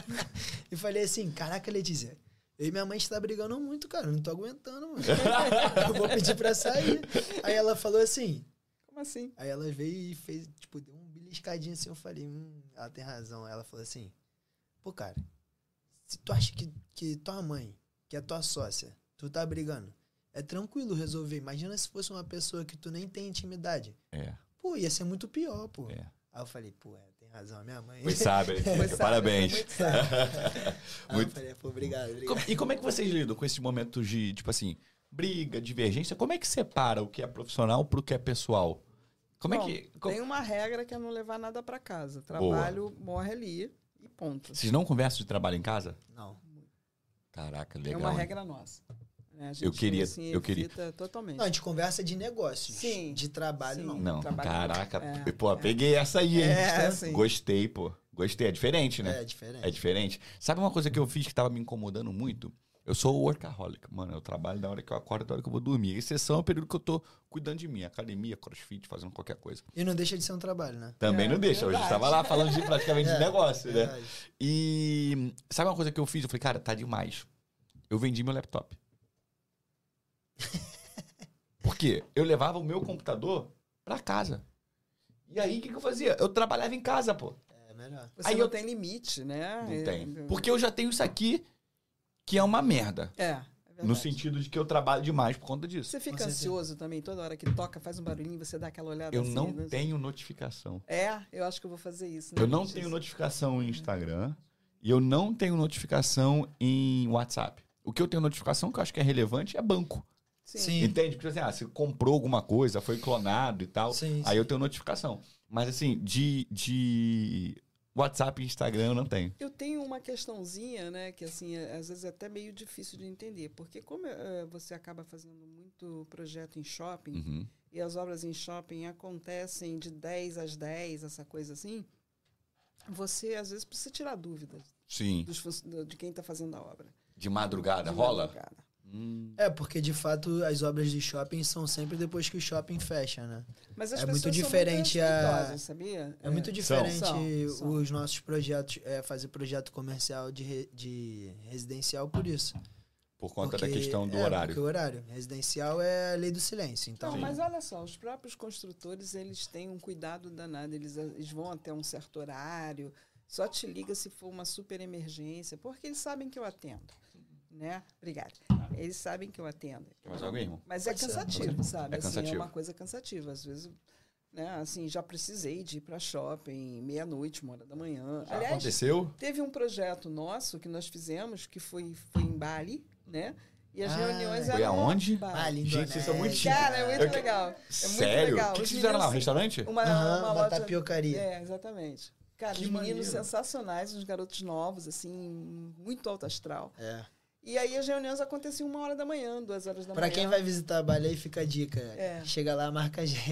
e falei assim, caraca, Letícia, eu e minha mãe está brigando muito, cara, eu não tô aguentando, mano. Eu vou pedir pra sair. Aí ela falou assim, Como assim? aí ela veio e fez, tipo, deu um beliscadinho assim, eu falei, hum, ela tem razão. Aí ela falou assim, pô, cara, se tu acha que, que tua mãe, que é tua sócia, tu tá brigando, é tranquilo resolver. Imagina se fosse uma pessoa que tu nem tem intimidade. É, Pô, ia ser muito pior, pô. é. Aí eu falei, pô, é, tem razão, a minha mãe. Foi sábio, Foi sábio, parabéns. foi muito sábio. Aí Muito- eu falei, pô, obrigado, obrigado. Como- E como é que vocês lidam com esses momentos de, tipo assim, briga, divergência? Como é que separa o que é profissional pro que é pessoal? Como é Bom, que... como- Tem uma regra que é não levar nada pra casa. Trabalho morre ali e ponto. Vocês não conversam de trabalho em casa? Não. Caraca, É legal. uma hein? regra nossa. né? A gente, Eu queria- assim, eu queria- evita totalmente. Não, a gente conversa de negócios. Sim. De trabalho, Sim. não. Não, Trabalho caraca. é, pô, peguei essa aí, hein? É, sim. Gostei, pô. Gostei. É diferente, né? É diferente. É diferente. Sabe uma coisa que eu fiz que tava me incomodando muito? Eu sou workaholic, mano. Eu trabalho da hora que eu acordo, da hora que eu vou dormir. Exceção é o período que eu tô cuidando de mim. Academia, crossfit, fazendo qualquer coisa. E não deixa de ser um trabalho, né? Também É, não deixa. Hoje eu verdade. estava lá falando de praticamente de É, negócio, né? Verdade. E sabe uma coisa que eu fiz? Eu falei, cara, tá demais. Eu vendi meu laptop. Por quê? Eu levava o meu computador pra casa. E aí, o que, que eu fazia? Eu trabalhava em casa, pô. É melhor. Você Aí não eu- tem limite, né? Não É, tem. é, Porque eu já tenho isso aqui, que é uma merda. É, é verdade. No sentido de que eu trabalho demais por conta disso. Você fica Com certeza. ansioso também, toda hora que toca, faz um barulhinho, você dá aquela olhada Eu assim, não né? tenho notificação. É, eu acho que eu vou fazer isso. né, Eu não gente? tenho notificação em Instagram e eu não tenho notificação em WhatsApp. O que eu tenho notificação que eu acho que é relevante é banco. Sim. Sim. Entende? Porque assim, ah, você comprou alguma coisa, foi clonado e tal, Sim, aí sim. eu tenho notificação. Mas assim, de, de WhatsApp e Instagram eu não tenho. Eu tenho uma questãozinha, né, que assim, é- às vezes é até meio difícil de entender, porque como eh, você acaba fazendo muito projeto em shopping, Uhum. e as obras em shopping acontecem de dez às dez, essa coisa assim, você às vezes precisa tirar dúvidas Sim. dos fun- do- de quem está fazendo a obra. De madrugada, De rola? madrugada. Hum. É, porque de fato as obras de shopping são sempre depois que o shopping fecha, né? Mas as É pessoas muito são diferente muito a- respeitosas, sabia? É muito diferente São, são. os nossos projetos, é, fazer projeto comercial de, re- de residencial por isso. Por conta Porque- da questão do é, horário. Porque o horário. Residencial é a lei do silêncio. Então, Não, mas olha só, os próprios construtores, eles têm um cuidado danado. Eles, eles vão até um certo horário, só te liga se for uma super emergência, porque eles sabem que eu atendo. Né? Obrigada. Eles sabem que eu atendo. Quer mais alguém, irmão? Mas é Pode ser. cansativo, sabe? É Assim, cansativo. é uma coisa cansativa. Às vezes, né? Assim, já precisei de ir para shopping, meia-noite, uma hora da manhã. Já Aliás, aconteceu? teve um projeto nosso que nós fizemos, que foi, foi em Bali, né? E as Ah, reuniões Foi eram... aonde? Bali, Gente, vocês são muito Indonésia. chiques. Cara, é muito Eu que- legal. É muito Sério? legal. O que, que Os vocês fizeram lá? Um meninos- restaurante? Uma, Aham, uma uma loja... tapiocaria. É, exatamente. Cara, Que os meninos maneiro. sensacionais, uns garotos novos, assim, muito alto astral. É. E aí as reuniões aconteciam uma hora da manhã, duas horas da Pra manhã. quem vai visitar Bali, aí fica a dica. É. Chega lá, marca a gente.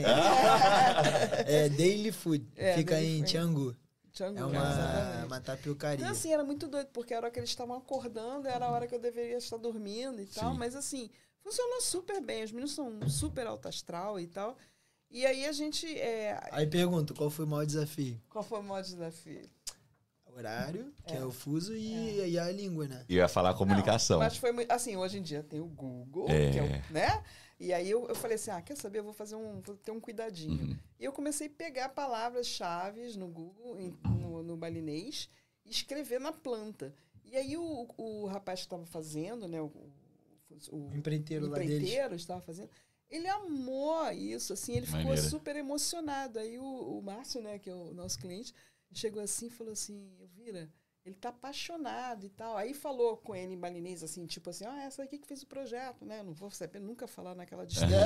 é Daily Food. É, fica Daily em Food. Tiangu. Tchangu, É uma, exatamente. uma tapiocaria. Então, assim, era muito doido, porque era a hora que eles estavam acordando, era a hora que eu deveria estar dormindo e tal. Sim. Mas, assim, funcionou super bem. Os meninos são super alto astral e tal. E aí a gente... é, Aí pergunto, qual foi o maior desafio? Qual foi o maior desafio? Horário, que é, É. o fuso, e, e a língua, né? Eu ia falar comunicação. Não, mas foi muito... Assim, hoje em dia tem o Google, É. que é o, né? E aí eu, eu falei assim, ah, quer saber? Eu vou fazer um... Vou ter um cuidadinho. Uhum. E eu comecei a pegar palavras-chave no Google, em- no, no balinês, e escrever na planta. E aí o, o rapaz que estava fazendo, né? O, o, O empreiteiro o lá deles. empreiteiro estava fazendo. Ele amou isso, assim, ele ficou Maneira. super emocionado. Aí o, o Márcio, né, que é o nosso cliente, chegou assim e falou assim, Elvira, ele tá apaixonado e tal. Aí falou com ele em balinês, assim, tipo assim, ah, essa aqui que fez o projeto, né? Não vou saber nunca falar naquela distância.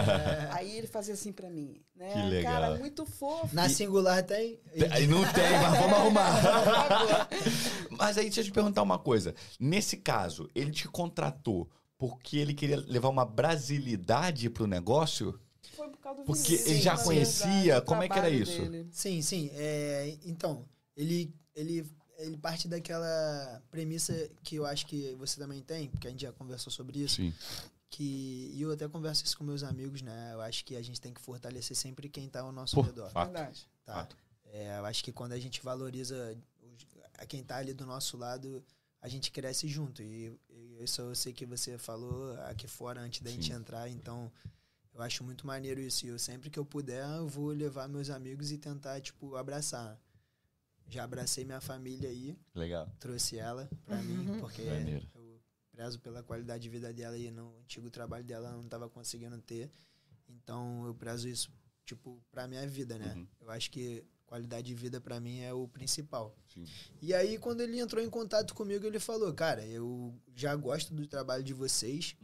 Aí ele fazia assim pra mim, né? Que legal. Cara, muito fofo. Na singular tem. Aí não tem, mas vamos arrumar. Mas aí deixa eu te perguntar uma coisa. Nesse caso, ele te contratou porque ele queria levar uma brasilidade pro negócio? Foi por causa do Porque Vinícius, ele já na conhecia? verdade, o Como é que era trabalho isso? dele. Sim, sim. É, então, ele, ele, ele parte daquela premissa que eu acho que você também tem, porque a gente já conversou sobre isso, Sim. que e eu até converso isso com meus amigos, né? Eu acho que a gente tem que fortalecer sempre quem tá ao nosso Pô, redor. fato. Verdade. Tá? Fato. É, eu acho que quando a gente valoriza os- a quem tá ali do nosso lado, a gente cresce junto. E, e isso eu sei que você falou aqui fora antes da gente Sim. entrar, então eu acho muito maneiro isso. E eu sempre que eu puder, eu vou levar meus amigos e tentar, tipo, abraçar. Já abracei minha família aí, Legal. trouxe ela pra Uhum. mim, porque Maneiro. eu prezo pela qualidade de vida dela e no antigo trabalho dela eu não tava conseguindo ter. Então eu prezo isso, tipo, pra minha vida, né? Uhum. Eu acho que qualidade de vida pra mim é o principal. Sim. E aí, quando ele entrou em contato comigo, ele falou, cara, eu já gosto do trabalho de vocês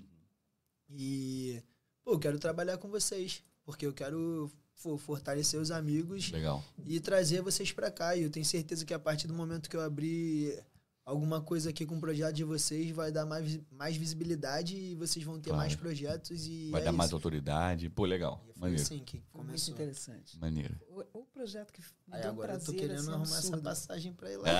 e, pô, eu quero trabalhar com vocês, porque eu quero pô, fortalecer os amigos Legal. e trazer vocês pra cá. E eu tenho certeza que a partir do momento que eu abrir alguma coisa aqui com o projeto de vocês, vai dar mais, mais visibilidade e vocês vão ter Claro. mais projetos e Vai é dar mais isso. autoridade. Pô, legal. E foi Maneiro. assim que Foi muito começou. interessante. Maneiro. O, o projeto que me Aí deu um agora eu tô prazer, querendo assim, arrumar essa absurdo. passagem pra ir lá.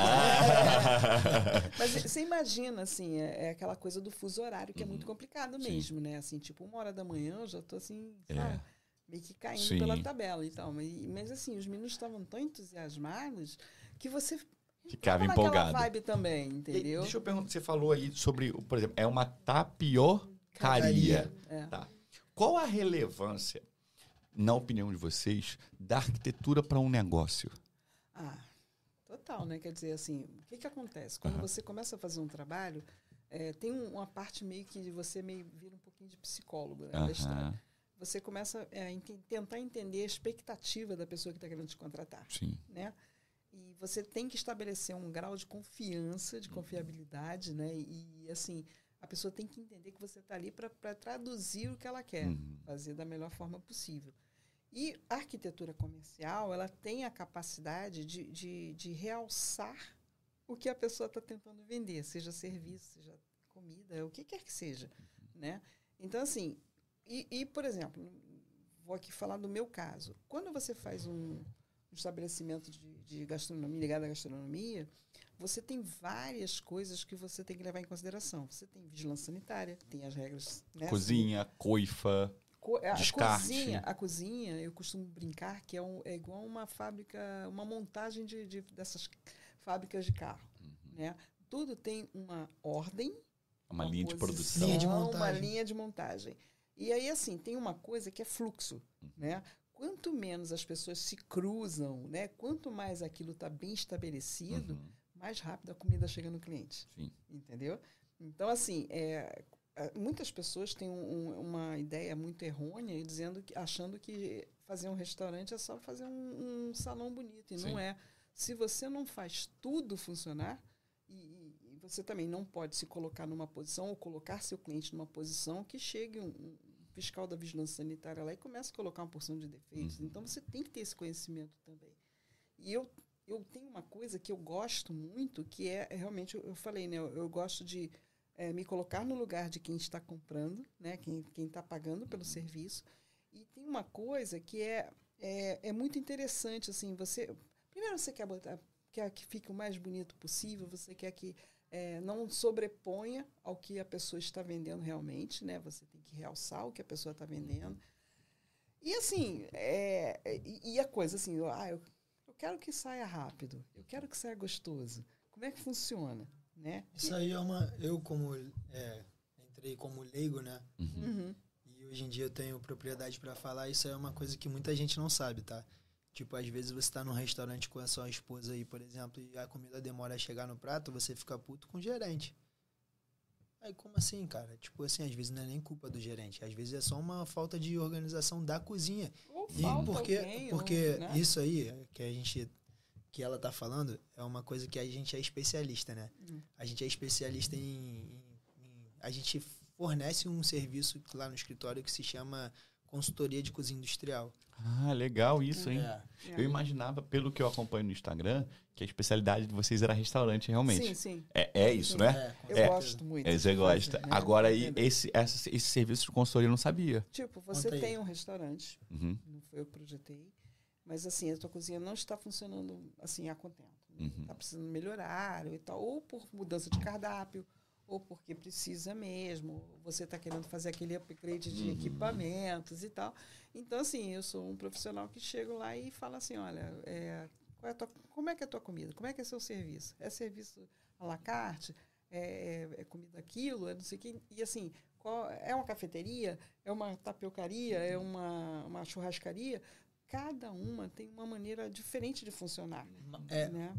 Ah. Mas você imagina, assim, é, é aquela coisa do fuso horário que é muito complicado Sim. mesmo, né? Assim, tipo, uma hora da manhã eu já tô assim, É. sabe? Meio que caindo Sim. pela tabela e tal. Mas, mas assim, os meninos estavam tão entusiasmados que você Ficava naquela empolgado. vibe também, E- entendeu? Deixa eu perguntar, você falou aí sobre, por exemplo, é uma tapiocaria. É. Tá. Qual a relevância, na opinião de vocês, da arquitetura para um negócio? Ah, total, né? Quer dizer, assim, o que que acontece? Quando Aham. você começa a fazer um trabalho, é, tem um- uma parte meio que você meio vira um pouquinho de psicólogo, né, da história. Aham, Você começa é, a enten- tentar entender a expectativa da pessoa que está querendo te contratar, sim. né? E você tem que estabelecer um grau de confiança, de confiabilidade, né? E, assim, a pessoa tem que entender que você está ali para traduzir o que ela quer, Uhum. fazer da melhor forma possível. E a arquitetura comercial, ela tem a capacidade de, de, de realçar o que a pessoa está tentando vender, seja serviço, seja comida, o que quer que seja, né? Então, assim, e, e, por exemplo, vou aqui falar do meu caso. Quando você faz um, um estabelecimento de, de gastronomia, ligado à gastronomia, você tem várias coisas que você tem que levar em consideração. Você tem vigilância sanitária, tem as regras... Né? Cozinha, coifa, Co a descarte. Cozinha, a cozinha, eu costumo brincar que é, um, é igual uma fábrica, uma montagem de, de, dessas fábricas de carro. Uhum. Né? Tudo tem uma ordem, uma, uma linha de posição, produção, linha de uma montagem. linha de montagem. E aí, assim, tem uma coisa que é fluxo. Uhum. Né? Quanto menos as pessoas se cruzam, né? Quanto mais aquilo está bem estabelecido, uhum. mais rápido a comida chega no cliente. Sim. Entendeu? Então, assim, é, muitas pessoas têm um, uma ideia muito errônea dizendo que, achando que fazer um restaurante é só fazer um, um salão bonito. E Sim. não é. Se você não faz tudo funcionar, e, e você também não pode se colocar numa posição ou colocar seu cliente numa posição que chegue um, um fiscal da vigilância sanitária lá e comece a colocar uma porção de defeitos. Uhum. Então, você tem que ter esse conhecimento também. E eu, eu tenho uma coisa que eu gosto muito, que é, é realmente, eu, eu falei, né, eu, eu gosto de é, me colocar no lugar de quem está comprando, né, quem quem está pagando pelo serviço. E tem uma coisa que é, é, é muito interessante, assim, você... Primeiro, você quer botar, quer que fique o mais bonito possível, você quer que é, não sobreponha ao que a pessoa está vendendo realmente, né? Você tem que realçar o que a pessoa está vendendo. E, assim, é, e, e a coisa, assim, eu, ah, eu, eu quero que saia rápido, eu quero que saia gostoso. Como é que funciona, né? Isso aí é uma... Eu, como... É, entrei como leigo, né? Uhum. E hoje em dia eu tenho propriedade para falar, isso é uma coisa que muita gente não sabe, tá? Tipo, às vezes você tá num restaurante com a sua esposa aí, por exemplo, e a comida demora a chegar no prato, você fica puto com o gerente. Aí, como assim, cara? Tipo assim, às vezes não é nem culpa do gerente, às vezes é só uma falta de organização da cozinha. Ou e falta porque, alguém, porque ou, né? isso aí que a gente, que ela tá falando, é uma coisa que a gente é especialista, né? Hum. A gente é especialista em, em, em... A gente fornece um serviço lá no escritório que se chama consultoria de cozinha industrial. Ah, legal isso, hein? É. Eu imaginava, pelo que eu acompanho no Instagram, que a especialidade de vocês era restaurante, realmente. Sim, sim. É, é isso, sim. né? É, eu é. gosto muito. É, você gosta. Né? Agora, aí, esse, esse, esse serviço de consultoria eu não sabia. Tipo, você tem um restaurante, uhum. não foi eu que projetei, mas assim, a tua cozinha não está funcionando assim a contento. Está uhum. precisando melhorar e tal, ou por mudança de cardápio, ou porque precisa mesmo, você está querendo fazer aquele upgrade de uhum. equipamentos e tal. Então, assim, eu sou um profissional que chego lá e falo assim, olha, é, qual é a tua, como é que é a tua comida? Como é que é o seu serviço? É serviço à la carte? É, é, é comida aquilo? É não sei o quê? E, assim, qual, é uma cafeteria? É uma tapiocaria? É uma, uma churrascaria? Cada uma tem uma maneira diferente de funcionar. É. Né?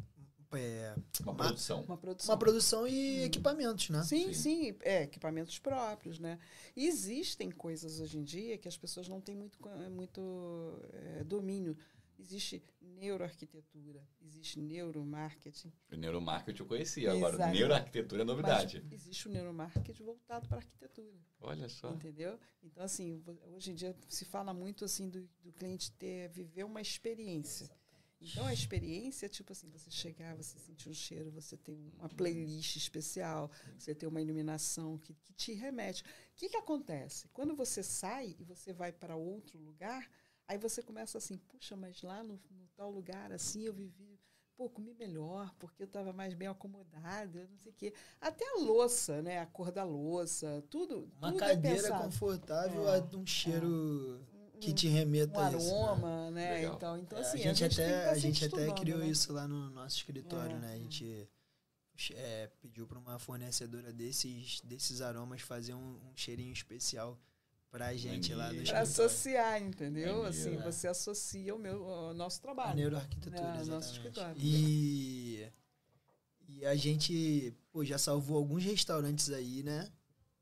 É, uma, produção. uma produção. Uma produção e hum. equipamentos, né? Sim, sim, sim, é, equipamentos próprios, né? E existem coisas hoje em dia que as pessoas não têm muito, muito é, domínio. Existe neuroarquitetura, existe neuromarketing. O neuromarketing eu conhecia, Exato. Agora neuroarquitetura é novidade. Mas existe o neuromarketing voltado para a arquitetura. Olha só. Entendeu? Então, assim, hoje em dia se fala muito assim do, do cliente ter, viver uma experiência. Então, a experiência é tipo assim, você chegar, você sentir um cheiro, você tem uma playlist especial, você tem uma iluminação que, que te remete. O que, que acontece? Quando você sai e você vai para outro lugar, aí você começa assim, puxa, mas lá no, no tal lugar, assim, eu vivi, pô, comi melhor, porque eu estava mais bem acomodada, eu não sei o quê. Até a louça, né? A cor da louça, tudo. Uma tudo cadeira é confortável, é, um cheiro... É. Que te remeta um a isso. aroma, né? né? Então, então é, assim, a gente a gente, até, tá a gente até criou né? isso lá no nosso escritório, é, né? A gente é, pediu para uma fornecedora desses, desses aromas fazer um, um cheirinho especial pra gente lá no escritório. Para associar, entendeu? Maneiro, assim, né? você associa o meu, o nosso trabalho. A neuroarquitetura, né? exatamente. Nosso escritório. E, e a gente pô, já salvou alguns restaurantes aí, né?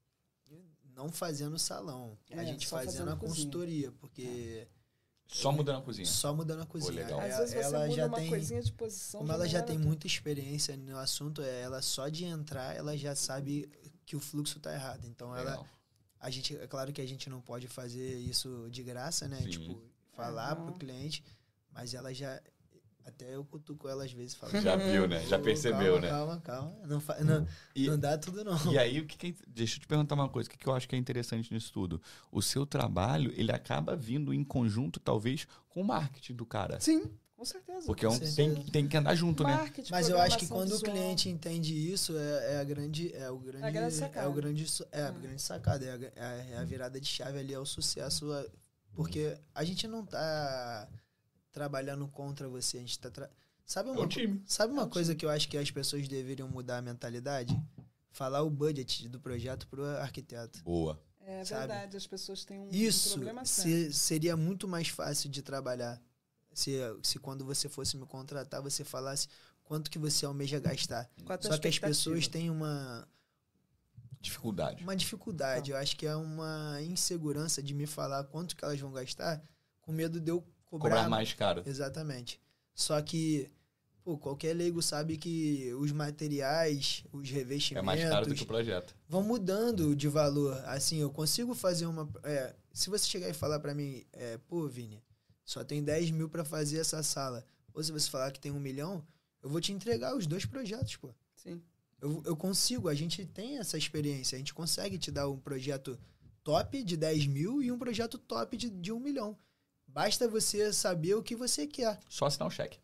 Não fazendo salão, é, a gente fazendo, fazendo a cozinha. consultoria, porque... Só mudando a cozinha. Só mudando a cozinha. Pô, legal. Às vezes você ela muda já uma tem, coisinha de posição. como ela já tem tudo. muita experiência no assunto, ela só de entrar, ela já sabe que o fluxo tá errado. Então, legal. ela... A gente, é claro que a gente não pode fazer isso de graça, né? Sim. Tipo, falar uhum. pro cliente, mas ela já... Até eu cutuco ela às vezes. Falo, já viu, né? Já percebeu, calma, né? Calma, calma. Não, fa... não, e, não dá tudo, não. E aí, o que, que deixa eu te perguntar uma coisa. O que, que eu acho que é interessante nisso tudo? O seu trabalho, ele acaba vindo em conjunto, talvez, com o marketing do cara. Sim. Com certeza. Porque é um, Com tem, certeza. tem que andar junto, né? Marketing, Mas eu acho que programação quando visual. o cliente entende isso, é, é a grande, é o grande, É a grande sacada. é o grande, su- é a É. grande sacada, é a, é a- é a virada de chave ali, é o sucesso, é- porque a gente não tá trabalhando contra você, a gente tá tra... sabe uma, um time. sabe uma É um coisa que eu acho que as pessoas deveriam mudar a mentalidade? Falar o budget do projeto pro arquiteto. Boa. É sabe? verdade, as pessoas têm um, um Isso problema sério. se- seria muito mais fácil de trabalhar se, se quando você fosse me contratar, você falasse quanto que você almeja gastar. Com a tua Só que as expectativa. pessoas têm uma, Dificuldade. uma dificuldade. Eu acho que é uma insegurança de me falar quanto que elas vão gastar, com medo de eu cobrar, Cobrar mais caro. Exatamente. Só que, pô, qualquer leigo sabe que os materiais, os É revestimentos, mais caro do que o projeto. vão mudando de valor. Assim, eu consigo fazer uma... é, se você chegar e falar pra mim, é, pô, Vini, só tem dez mil pra fazer essa sala. Ou se você falar que tem um milhão, eu vou te entregar os dois projetos, pô. Sim. Eu, eu consigo, a gente tem essa experiência, a gente consegue te dar um projeto top de dez mil e um projeto top de, de um milhão. Basta você saber o que você quer. Só assinar o cheque.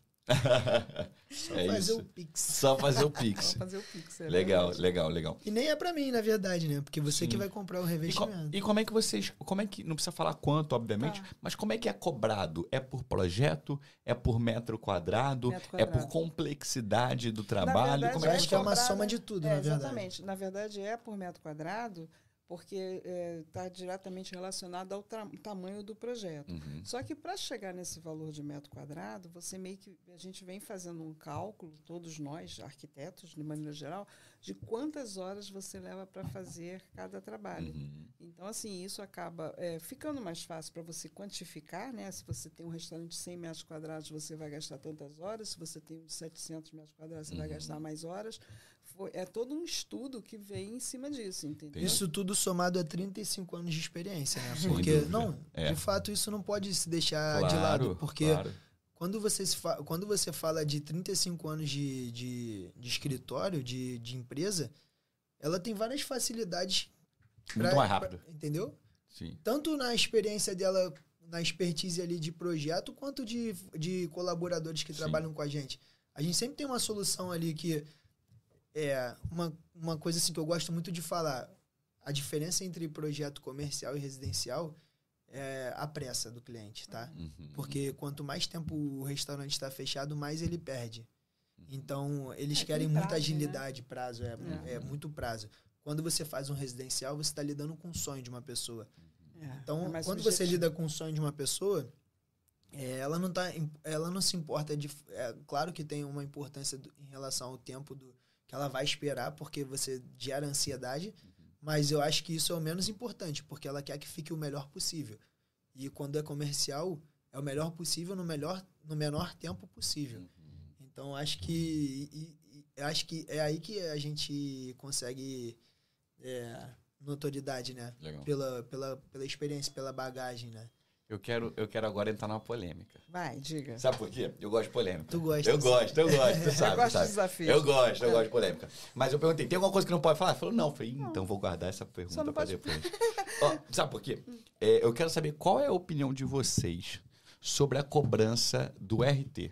Só É fazer isso. o Pix. Só fazer o Pix. Vamos fazer o Pix. é Legal, verdade. legal, legal. E nem é pra mim, na verdade, né? Porque você Sim. que vai comprar o E, co- revestimento. e como é que vocês. Como é que. Não precisa falar quanto, obviamente, Tá. mas como é que é cobrado? É por projeto? É por metro quadrado? Metro É por quadrado. complexidade do trabalho? verdade, como Eu é que acho que é uma cobrado- soma de tudo, É, na verdade. exatamente. Na verdade, é por metro quadrado, porque está diretamente relacionado ao tra- tamanho do projeto. Uhum. Só que para chegar nesse valor de metro quadrado, você meio que a gente vem fazendo um cálculo, todos nós, arquitetos, de maneira geral, de quantas horas você leva para fazer cada trabalho. Uhum. Então, assim, isso acaba é, ficando mais fácil para você quantificar, né? Se você tem um restaurante de cem metros quadrados, você vai gastar tantas horas. Se você tem um de setecentos metros quadrados, você vai Uhum. gastar mais horas. Foi, é todo um estudo que vem em cima disso, entendeu? Isso tudo somado a trinta e cinco anos de experiência, né? Sem Porque, dúvida. não, É. de fato, isso não pode se deixar Claro, de lado. Porque claro. quando, você se fa- quando você fala de trinta e cinco anos de, de, de escritório, de, de empresa, ela tem várias facilidades. Muito mais rápido. pra- entendeu? Sim. Tanto na experiência dela, na expertise ali de projeto, quanto de, de colaboradores que Sim. trabalham com a gente. A gente sempre tem uma solução ali que é uma, uma coisa assim que eu gosto muito de falar. A diferença entre projeto comercial e residencial é a pressa do cliente, tá? Uhum. Porque quanto mais tempo o restaurante está fechado, mais ele perde. Então, eles É, tem querem prazo, muita né? agilidade, prazo, é, É. é muito prazo. Quando você faz um residencial, você está lidando com o sonho de uma pessoa. É, Então, é mais quando você subjetivo. lida com o sonho de uma pessoa, é, ela não tá, im- ela não se importa de, é, claro que tem uma importância do- em relação ao tempo do, que ela vai esperar, porque você gera ansiedade, mas eu acho que isso é o menos importante, porque ela quer que fique o melhor possível. E quando é comercial, é o melhor possível no melhor, no menor tempo possível. Então, acho que e- e- eu acho que é aí que a gente consegue é, notoriedade, né? Legal. Pela, pela, pela experiência, pela bagagem, né? Eu quero, eu quero agora entrar numa polêmica. Vai, diga. Sabe por quê? Eu gosto de polêmica. Tu gosta? Eu gosto, eu gosto, tu sabe, eu gosto sabe? de desafio. Eu gosto, eu gosto de polêmica. Mas eu perguntei, tem alguma coisa que não pode falar? Ele falou, não. Eu falei, "Ih, então vou guardar essa Só pergunta não pra pode- depois. Ó, sabe por quê? É, eu quero saber qual é a opinião de vocês sobre a cobrança do R T.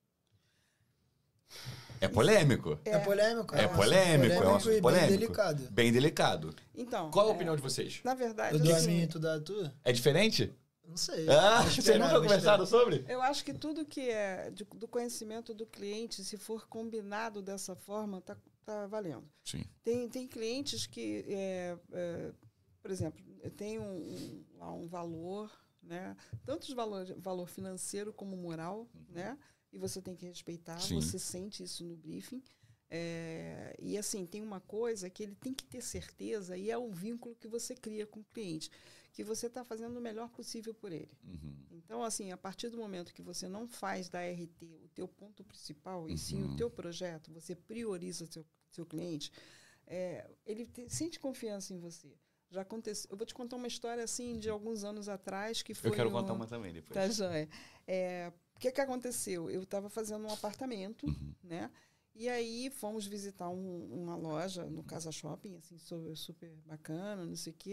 É polêmico? É, polêmico? É um assunto polêmico, é um assunto e bem polêmico. delicado. Bem delicado. Então, Qual é a é, opinião de vocês? na verdade, Eu dou a assim, minha e tu dá a tua? É diferente? Não sei. Ah, Vou vocês esperar, nunca vou conversaram esperar. sobre? eu acho que tudo que é de- do conhecimento do cliente, se for combinado dessa forma, tá, tá valendo. Sim. Tem, tem clientes que, é, é, por exemplo, tem um, um, lá um valor, né? Tanto de valor, valor financeiro como moral, né? E você tem que respeitar, Sim. você sente isso no briefing. É, e assim, tem uma coisa que ele tem que ter certeza, e é o vínculo que você cria com o cliente, que você está fazendo o melhor possível por ele. Uhum. Então, assim, a partir do momento que você não faz da R T o teu ponto principal, e sim Uhum. o teu projeto, você prioriza o seu, seu cliente, é, ele te- sente confiança em você. Já aconteceu. Eu vou te contar uma história, assim, de alguns anos atrás, que foi... Eu quero no- contar uma também depois. Tá, joia. É, o que que aconteceu? Eu estava fazendo um apartamento, Uhum. né? E aí fomos visitar um- uma loja no Casa Shopping, assim, su- super bacana, não sei o quê.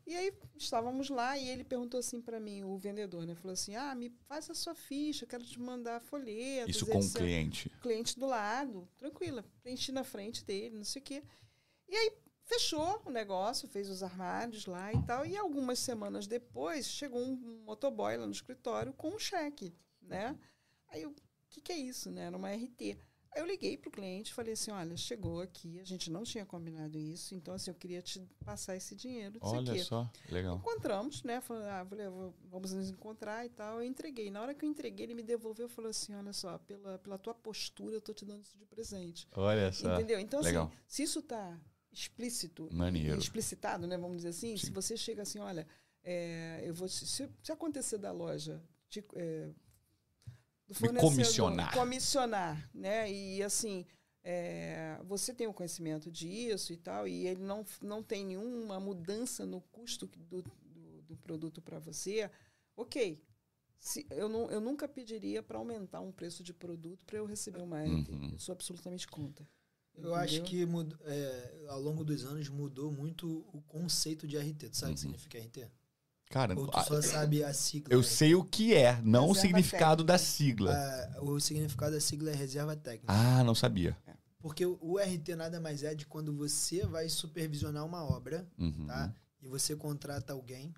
E aí estávamos lá e ele perguntou assim para mim, o vendedor, né? Falou assim, ah, me faz a sua ficha, quero te mandar folhetos. Isso com o etcétera. cliente. Cliente do lado, tranquila, preenchi na frente dele, não sei o quê. E aí fechou o negócio, fez os armários lá e tal. E algumas semanas depois, chegou um motoboy lá no escritório com um cheque, né? Aí eu, o que, que é isso, né? Era uma R T. Aí eu liguei para o cliente e falei assim, olha, chegou aqui, a gente não tinha combinado isso, então assim, eu queria te passar esse dinheiro. Olha aqui. só, legal. Encontramos, né? Falei, ah, falei, vamos nos encontrar e tal. Eu entreguei. Na hora que eu entreguei, ele me devolveu e falou assim, olha só, pela, pela tua postura, eu tô te dando isso de presente. Olha só. Entendeu? Então, legal. assim, se isso está explícito, Maneiro. explicitado, né? Vamos dizer assim, Sim. se você chega assim, olha, é, eu vou te, se, se acontecer da loja, te, é, do Me comissionar. comissionar, né? E assim, é, você tem o conhecimento disso e tal, e ele não, não tem nenhuma mudança no custo do, do, do produto para você, ok. Se, eu, não, eu nunca pediria para aumentar um preço de produto para eu receber uma R T. Uhum. Eu sou absolutamente contra. Eu acho que mudou, é, ao longo dos anos mudou muito o conceito de R T. Tu sabe o que Uhum. significa R T? Cara, Ou tu a- só sabe a sigla? eu sei o que é, não o Reserva significado técnica. da sigla. Ah, o significado da sigla é reserva técnica. Ah, não sabia. Porque o, o R T nada mais é de quando você vai supervisionar uma obra, Uhum. tá? E você contrata alguém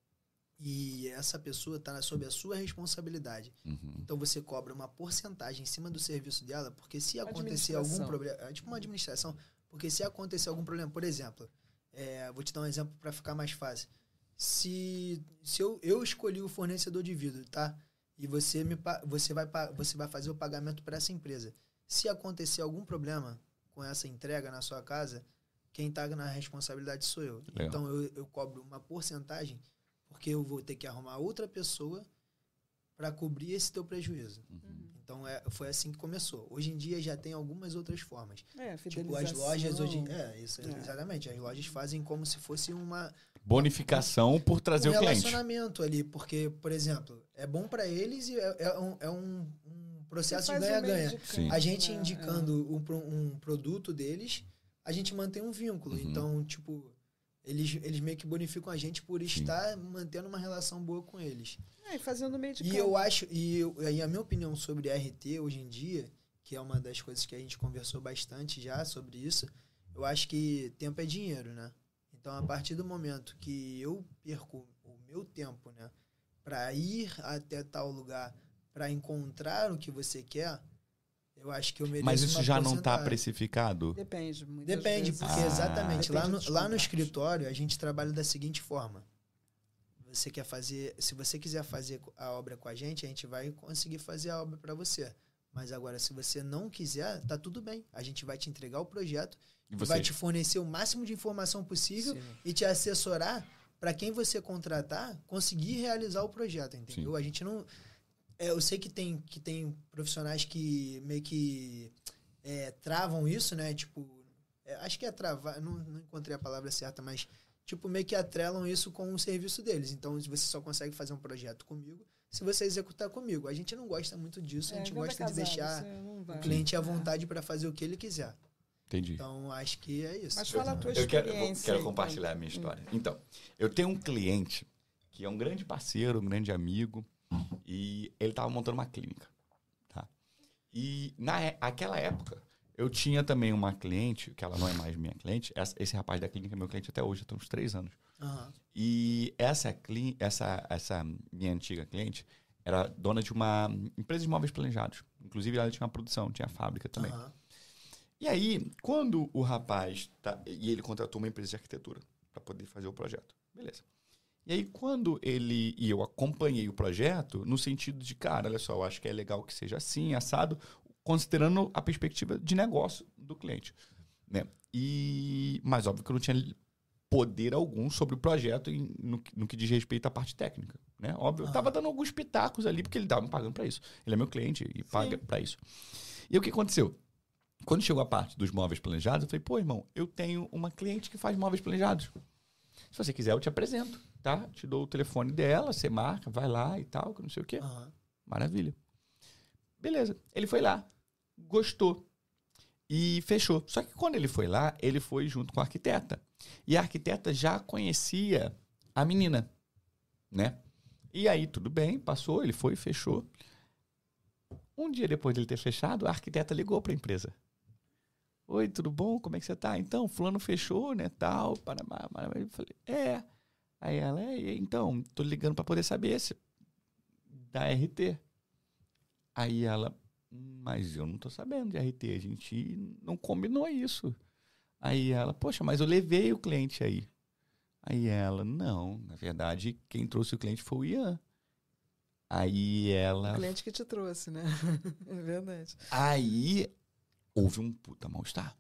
e essa pessoa está sob a sua responsabilidade. Uhum. Então você cobra uma porcentagem em cima do serviço dela, porque se acontecer algum Administração. problema, é tipo uma administração, porque se acontecer algum problema, por exemplo, é, vou te dar um exemplo para ficar mais fácil. Se, se eu, eu escolhi o fornecedor de vidro, tá? E você me pa- você vai pa- você vai fazer o pagamento para essa empresa. Se acontecer algum problema com essa entrega na sua casa, quem está na responsabilidade sou eu. Legal. Então eu, eu cobro uma porcentagem porque eu vou ter que arrumar outra pessoa para cobrir esse teu prejuízo. Uhum. Então é, foi assim que começou. Hoje em dia já tem algumas outras formas. É, Tipo, as fidelização. lojas hoje. É, isso, É. exatamente. As lojas fazem como se fosse uma, Bonificação por trazer um o cliente. relacionamento ali. Porque, por exemplo, é bom para eles e é, é um, é um, um processo de Você faz o meio ganha-ganha. de campo, Sim. A gente né? indicando um, pro- um produto deles, a gente mantém um vínculo. Uhum. Então, tipo, eles, eles meio que bonificam a gente por Sim. estar mantendo uma relação boa com eles. É, e fazendo meio de E campo. eu acho, e, eu, e a minha opinião sobre R T hoje em dia, que é uma das coisas que a gente conversou bastante já sobre isso, eu acho que tempo é dinheiro, né? Então, a partir do momento que eu perco o meu tempo, né, para ir até tal lugar, para encontrar o que você quer, eu acho que eu mereço Mas isso uma já não está porcentagem. precificado? Depende. muitas Depende, vezes. porque Ah, exatamente, lá depende no, dos lá no contratos. escritório a gente trabalha da seguinte forma. Você quer fazer, se você quiser fazer a obra com a gente, a gente vai conseguir fazer a obra para você. Mas agora, se você não quiser, tá tudo bem. A gente vai te entregar o projeto, E vai te fornecer o máximo de informação possível Sim. e te assessorar para quem você contratar conseguir realizar o projeto, entendeu? Sim. A gente não... é, eu sei que tem, que tem profissionais que meio que é, travam isso, né? Tipo, é, acho que é travar, não, não encontrei a palavra certa, mas tipo, meio que atrelam isso com o serviço deles. Então, você só consegue fazer um projeto comigo se você executar comigo. A gente não gosta muito disso, a gente venda gosta de casada, deixar você não vai. o cliente à vontade para fazer o que ele quiser. Entendi. Então, acho que é isso. Mas fala a tua Eu quero, eu experiência. vou- quero aí, compartilhar a minha história. Então, eu tenho um cliente que é um grande parceiro, um grande amigo, e ele estava montando uma clínica. Tá? E naquela época, eu tinha também uma cliente, que ela não é mais minha cliente, essa- esse rapaz da clínica é meu cliente até hoje, tem uns três anos. Aham. E essa, clí- essa, essa minha antiga cliente era dona de uma empresa de móveis planejados. Inclusive, ela tinha uma produção, tinha fábrica também. Aham. E aí, quando o rapaz... Tá, e ele contratou uma empresa de arquitetura para poder fazer o projeto. Beleza. E aí, quando ele... E eu acompanhei o projeto no sentido de, cara, olha só, eu acho que é legal que seja assim, assado, considerando a perspectiva de negócio do cliente. Né? E, mas, óbvio que eu não tinha poder algum sobre o projeto em- no, que- no que diz respeito à parte técnica. Né? Óbvio, eu estava dando alguns pitacos ali, porque ele estava me pagando para isso. Ele é meu cliente e paga para isso. E aí, o que aconteceu? Quando chegou a parte dos móveis planejados, eu falei, pô, irmão, eu tenho uma cliente que faz móveis planejados. Se você quiser, eu te apresento, tá? Te dou o telefone dela, você marca, vai lá e tal, que não sei o quê. Aham. Maravilha. Beleza. Ele foi lá, gostou e fechou. Só que quando ele foi lá, ele foi junto com a arquiteta. E a arquiteta já conhecia a menina, né? E aí, tudo bem, passou, ele foi, fechou. Um dia depois dele ter fechado, a arquiteta ligou para a empresa. Oi, tudo bom? Como é que você tá? Então, fulano fechou, né, tal, Panamá, Panamá. Eu falei, é. Aí ela, é, então, tô ligando para poder saber se da R T. Aí ela, mas eu não tô sabendo de R T, a gente não combinou isso. Aí ela, poxa, mas eu levei o cliente aí. Aí ela, não, na verdade, quem trouxe o cliente foi o Ian. Aí ela... O cliente que te trouxe, né? É verdade. Aí houve um puta mal-estar.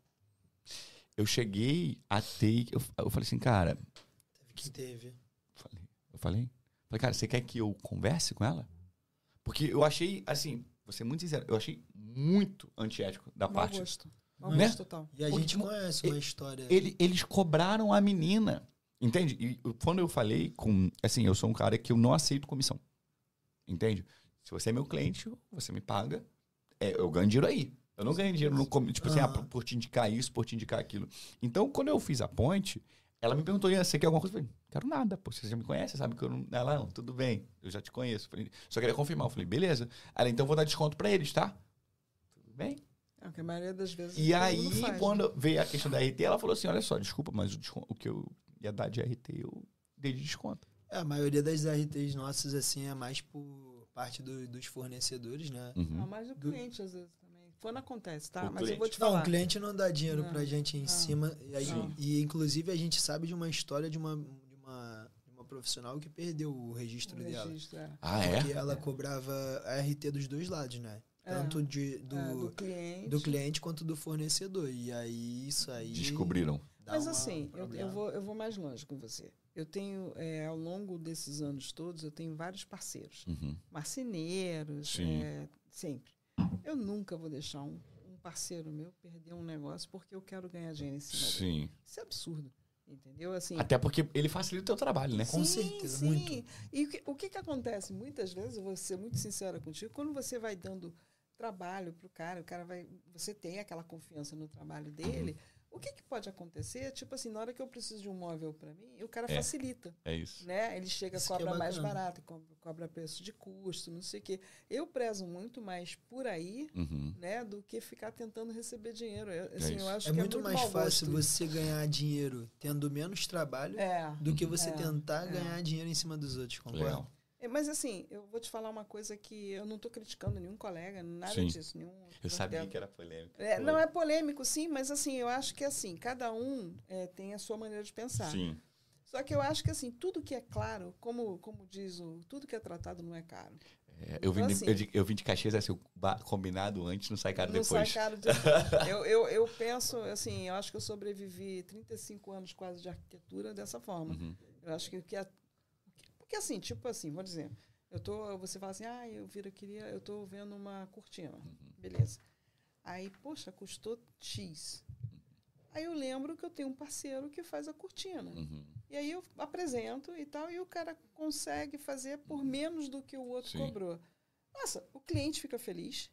Eu cheguei a ter... Eu, eu falei assim, cara... Teve que teve. Falei, eu falei, falei, cara, você quer que eu converse com ela? Porque eu achei, assim, vou ser muito sincero, eu achei muito antiético da Mau parte. gosto. Mau Né? gosto total. E a Porque gente conhece uma história. Ele, eles cobraram a menina, entende? E eu- quando eu falei com... Assim, eu sou um cara que eu não aceito comissão. Entende? Se você é meu cliente, você me paga, é, eu ganho dinheiro aí. Eu não ganho dinheiro no comi- tipo assim, ah, Aham. por, por te indicar isso, por te indicar aquilo. Então, quando eu fiz a ponte, ela me perguntou, Ian, você quer alguma coisa? Eu falei, quero nada, pô, você já me conhece, sabe que eu não... Ela, não, tudo bem, eu já te conheço. Eu falei, só queria confirmar. Eu falei, beleza. Ela, então eu vou dar desconto pra eles, tá? Tudo bem. É o que a maioria das vezes E todo aí, mundo faz, quando né? veio a questão da R T, ela falou assim, olha só, desculpa, mas o, desconto, o que eu ia dar de R T, eu dei de desconto. É, a maioria das R Ts nossas, assim, é mais por parte do- dos fornecedores, né? Uhum. Ah, mas o Do- cliente, às vezes, também. Quando acontece, tá? O Mas eu vou te Não, falar. o cliente não dá dinheiro Não, pra gente em não, cima. E, aí- não. e, inclusive, a gente sabe de uma história de uma, de uma, de uma profissional que perdeu o registro o dela. registro, é. Ah, Porque é? ela cobrava a R T dos dois lados, né? É. Tanto de, do, É, do do, cliente. cliente quanto do fornecedor. E aí, isso aí... Descobriram. dá Mas uma assim, eu, problema. eu, vou, eu vou mais longe com você. Eu tenho, é, ao longo desses anos todos, eu tenho vários parceiros. Uhum. Marceneiros, Sim. é, sempre. Eu nunca vou deixar um, um parceiro meu perder um negócio porque eu quero ganhar dinheiro em cima dele. Sim. Isso é absurdo. Entendeu? Assim, Até porque ele facilita o teu trabalho, né? Com sim, certeza, sim. muito. E o que, o que que acontece? Muitas vezes, eu vou ser muito sincera contigo, quando você vai dando trabalho para o cara, o cara vai, você tem aquela confiança no trabalho dele, o que, que pode acontecer? Tipo assim, na hora que eu preciso de um móvel para mim, o cara É. facilita. É isso. Né? Ele chega, Isso que é cobra mais bacana. barato, cobra, cobra preço de custo, não sei o quê. Eu prezo muito mais por aí, Uhum. né, do que ficar tentando receber dinheiro. Eu, assim, isso. eu acho É que muito é muito mais mau fácil gosto. você ganhar dinheiro tendo menos trabalho É. do que você É, tentar é. ganhar dinheiro em cima dos outros, concorda? Legal. É, mas assim, eu vou te falar uma coisa que eu não estou criticando nenhum colega, nada Sim. disso. Nenhum Eu sabia arquiteto. que era polêmico. É, não é polêmico, sim, mas assim, eu acho que assim, cada um é, tem a sua maneira de pensar. Sim. Só que eu acho que assim, tudo que é claro, como, como diz o, tudo que é tratado não é caro. É, eu, vim Então, de, assim- eu, de- eu vim de Caxias, assim, o ba- combinado antes, não sai caro não depois. sai caro de... eu, eu, eu penso, assim, eu acho que eu sobrevivi trinta e cinco anos quase de arquitetura dessa forma. Uhum. Eu acho que o que é. Porque assim, tipo assim, vou dizer, eu tô, você fala assim, ah, eu vira, queria, eu tô vendo uma cortina. Uhum. Beleza. Aí, poxa, custou X. Aí eu lembro que eu tenho um parceiro que faz a cortina. Uhum. E aí eu apresento e tal, e o cara consegue fazer por menos do que o outro Sim. cobrou. Nossa, o cliente fica feliz.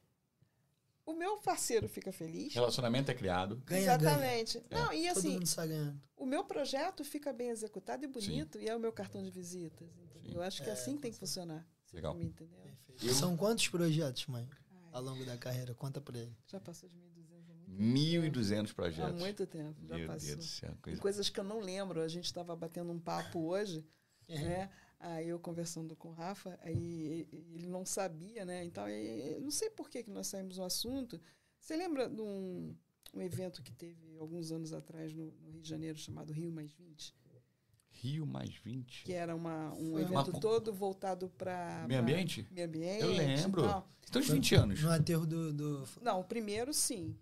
O meu parceiro fica feliz. Relacionamento é criado. Ganha, Exatamente. ganha. Não, e Todo assim, mundo sai ganhando. o meu projeto fica bem executado e bonito e é o meu cartão de visitas. Entendeu? Sim. Eu acho que é É, assim que com tem que funcionar. Você Legal. me entendeu? Perfeito. Eu- São quantos projetos, mãe, Ai, ao longo da carreira? Conta pra ele. já passou de mil e duzentos há muito mil e tempo. duzentos Há projetos. muito tempo, já Meu passou. Deus do céu. Tem Coisa... coisas que eu não lembro. A gente estava batendo um papo hoje, né? Aí eu conversando com o Rafa, aí ele não sabia, né? Então, aí, não sei por que que nós saímos no assunto. Você lembra de um, um evento que teve alguns anos atrás no, no Rio de Janeiro, chamado Rio Mais vinte? Rio mais vinte. Que era uma, um Foi evento uma- todo voltado para... Meio ambiente? Meio ambiente. Eu lembro. e tal. Então, de vinte anos. No aterro do... do... Não, o primeiro, sim.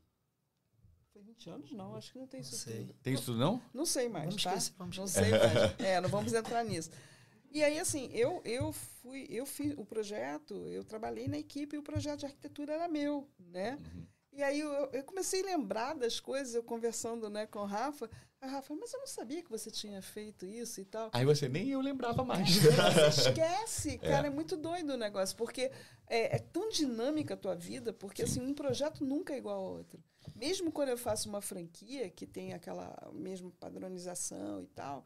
Foi vinte anos? Não, acho que não tem isso Não sei. tudo. Tem isso tudo, não? Não sei mais, Vamos tá? esquecer, vamos Não esquecer. sei mais. É, não vamos entrar nisso. E aí, assim, eu, eu fui, eu fiz o projeto, eu trabalhei na equipe e o projeto de arquitetura era meu, né? Uhum. E aí eu, eu comecei a lembrar das coisas, eu conversando, né, com o Rafa. A Rafa, mas eu não sabia que você tinha feito isso e tal. Aí você nem eu lembrava mais. Você esquece, cara, é. muito doido o negócio, porque é, é tão dinâmica a tua vida, porque assim, um projeto nunca é igual ao outro. Mesmo quando eu faço uma franquia que tem aquela mesma padronização e tal,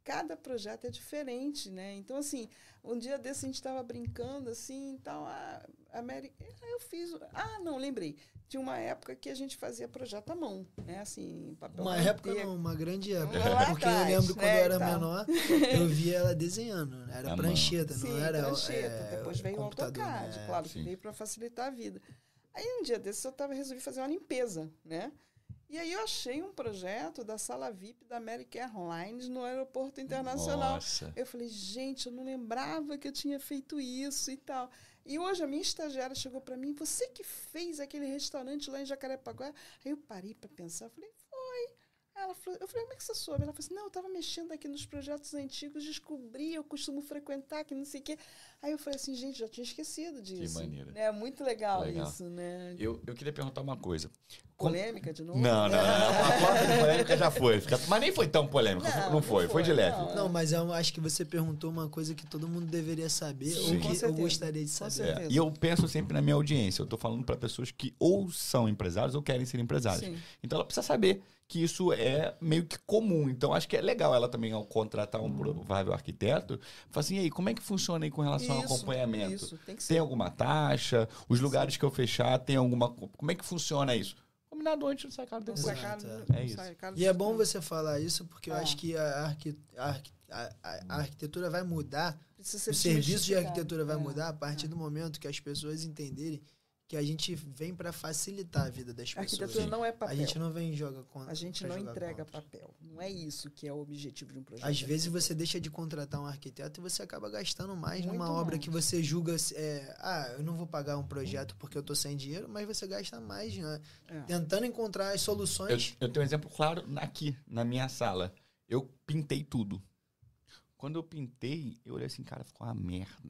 cada projeto é diferente, né? Então, assim, um dia desse a gente estava brincando, assim, então, a América... Eu fiz... Ah, não, lembrei. Tinha uma época que a gente fazia projeto à mão, né? Assim, papel Uma manteiga. época não, uma grande época. Lá Porque atrás, eu lembro quando né, eu era e tal. menor, eu via ela desenhando. Né? Era À prancheta, Sim, não era prancheta. é, Depois veio o computador, AutoCAD, né? claro, Sim. que veio para facilitar a vida. Aí, um dia desses, eu tava, resolvi fazer uma limpeza, né? E aí eu achei um projeto da sala V I P da American Airlines no aeroporto internacional. Nossa. Eu falei, gente, eu não lembrava que eu tinha feito isso e tal. E hoje a minha estagiária chegou para mim, você que fez aquele restaurante lá em Jacarepaguá? Aí eu parei para pensar, falei, foi. Ela falou, eu falei, como é que você soube? Ela falou assim, não, eu estava mexendo aqui nos projetos antigos, descobri, eu costumo frequentar, que não sei o quê. Aí eu falei assim, gente, já tinha esquecido disso. Que maneiro. É muito legal, Legal. isso, né? Eu, eu queria perguntar uma coisa. Como- Polêmica de novo? Não, não, não. A porta de polêmica já foi. Fica- Mas nem foi tão polêmica. Não, Não, não foi, foi, foi de leve. não. Não, mas eu acho que você perguntou uma coisa que todo mundo deveria saber, Sim. ou Com que eu certeza. gostaria de Com saber. certeza. É, e eu penso sempre na minha audiência. Eu estou falando para pessoas que ou são empresários ou querem ser empresários. Sim. Então ela precisa saber que isso é meio que comum. Então acho que é legal ela também, ao contratar um provável arquiteto, falar assim, e aí, como é que funciona aí com relação ao Isso, acompanhamento? Isso, tem que ser. Tem alguma taxa? Os lugares que eu fechar, tem alguma... Como é que funciona isso? Combinado antes, não sai caro Não depois. sai caro, Exato, não é isso. sai caro E é de bom tudo. você falar isso, porque eu Ah. acho que a, arqui- a arqui- a- a- a arquitetura vai mudar, Precisa ser o serviço de desmistificado. arquitetura vai É, mudar a partir é. do momento que as pessoas entenderem que a gente vem para facilitar a vida das A pessoas. arquitetura não é papel. A gente não vem e joga contra. A gente pra não jogar entrega contra. papel. Não é isso que é o objetivo de um projeto. Às vezes você deixa de contratar um arquiteto e você acaba gastando mais Muito numa obra mais. que você julga, é, ah, eu não vou pagar um projeto porque eu tô sem dinheiro, mas você gasta mais, né? É. Tentando encontrar as Eu, soluções. eu tenho um exemplo claro aqui, na minha sala. Eu pintei tudo. Quando eu pintei, eu olhei assim, cara, ficou uma merda.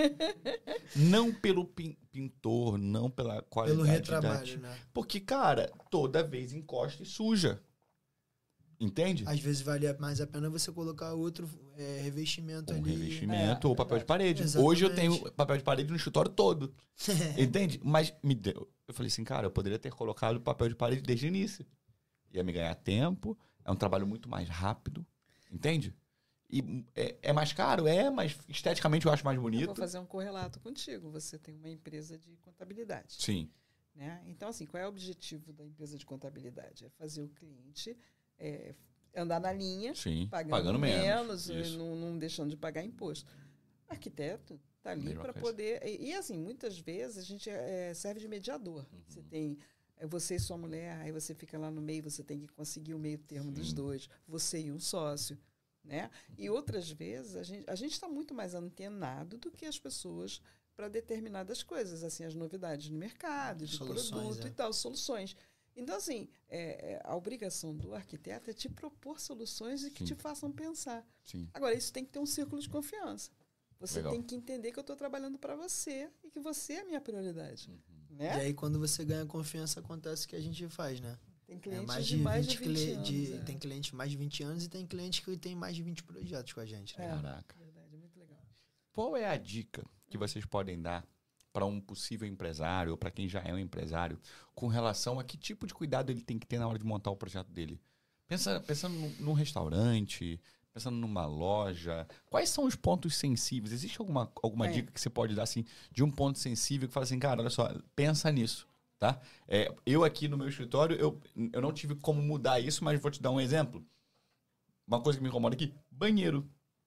Não pelo pin- pintor, não pela qualidade. Pelo da retrabalho, arte. né? Porque, cara, toda vez encosta e suja. Entende? Às vezes vale mais a pena você colocar outro é, revestimento Um ali. revestimento É, ou papel de verdade. parede. Exatamente. Hoje eu tenho papel de parede no escritório todo. Entende? Mas me deu. Eu falei assim, cara, eu poderia ter colocado papel de parede desde o início. Ia me ganhar tempo. É um trabalho muito mais rápido. Entende? E é, é mais caro? É, mas esteticamente eu acho mais Eu bonito. vou fazer um correlato contigo. Você tem uma empresa de contabilidade. Sim. Né? Então, assim, qual é o objetivo da empresa de contabilidade? É fazer o cliente é, andar na linha, Sim. pagando, Pagando menos, menos. Isso. não, não deixando de pagar imposto. O arquiteto está ali Mesma para coisa. poder... E, e, assim, muitas vezes a gente é, serve de mediador. Uhum. Você tem... é você e sua mulher, aí você fica lá no meio, você tem que conseguir o meio termo dos Sim. dois. Você e um sócio. Né? E outras vezes a gente a gente está muito mais antenado do que as pessoas para determinadas coisas, assim, as novidades no mercado, de Soluções, produto é. e tal, soluções. Então, assim, é, é, a obrigação do arquiteto é te propor soluções e que Sim. te façam pensar. Sim. Agora, isso tem que ter um círculo de confiança. Você Legal. tem que entender que eu estou trabalhando para você e que você é a minha prioridade. E Né? aí, quando você ganha confiança, acontece o que a gente faz, né? Tem É clientes mais de, de mais de vinte, vinte cli- anos. de- é. Tem clientes mais de vinte anos e tem clientes que tem mais de vinte projetos com a gente. Né? É. Caraca. Verdade, muito legal. Qual é a dica que vocês podem dar para um possível empresário ou para quem já é um empresário com relação a que tipo de cuidado ele tem que ter na hora de montar o projeto dele? Pensa, pensando num, num restaurante, pensando numa loja, quais são os pontos sensíveis? Existe alguma, alguma É. dica que você pode dar assim, de um ponto sensível que fala assim, cara, olha só, pensa nisso, tá? É, eu aqui no meu escritório, eu, eu não tive como mudar isso, mas vou te dar um exemplo. Uma coisa que me incomoda aqui, banheiro.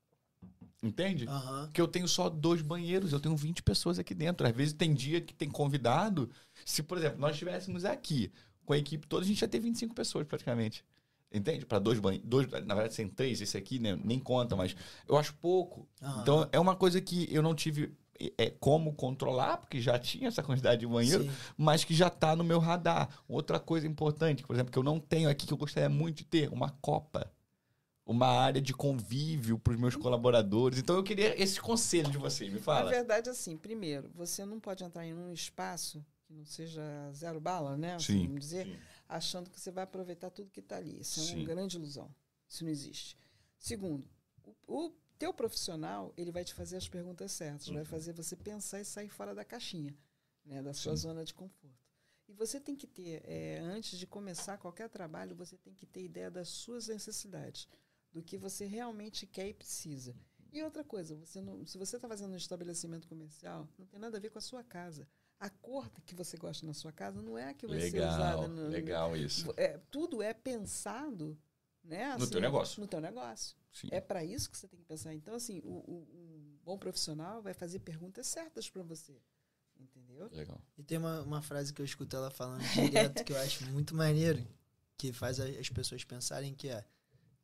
Entende? Aham. Porque eu tenho só dois banheiros, eu tenho vinte pessoas aqui dentro. Às vezes tem dia que tem convidado. Se, por exemplo, nós estivéssemos aqui com a equipe toda, a gente ia ter vinte e cinco pessoas praticamente. Entende? Para dois banheiros. Dois, na verdade, tem três, esse aqui né, nem conta, mas eu acho pouco. Aham. Então é uma coisa que eu não tive é, como controlar, porque já tinha essa quantidade de banheiro, Sim. mas que já está no meu radar. Outra coisa importante, por exemplo, que eu não tenho aqui, que eu gostaria muito de ter, uma copa. Uma área de convívio para os meus colaboradores. Então eu queria esse conselho de vocês, me Na fala. verdade, assim, primeiro, você não pode entrar em um espaço que não seja zero bala, né? Assim, Sim, vamos dizer, sim. achando que você vai aproveitar tudo que está ali. Isso é Sim. uma grande ilusão. Isso não existe. Segundo, o, o teu profissional, ele vai te fazer as perguntas certas, vai fazer você pensar e sair fora da caixinha, né? Da sua Sim. zona de conforto. E você tem que ter, é, antes de começar qualquer trabalho, você tem que ter ideia das suas necessidades. do que você realmente quer e precisa. E outra coisa, você não, se você está fazendo um estabelecimento comercial, não tem nada a ver com a sua casa. A cor que você gosta na sua casa não é a que vai Legal, ser usada. No, legal isso. É, tudo é pensado, né, No assim, teu negócio. No teu negócio. Sim. É para isso que você tem que pensar. Então, assim, o, o, um bom profissional vai fazer perguntas certas para você. Entendeu? Legal. E tem uma, uma frase que eu escuto ela falando direto que eu acho muito maneiro, que faz a- as pessoas pensarem que é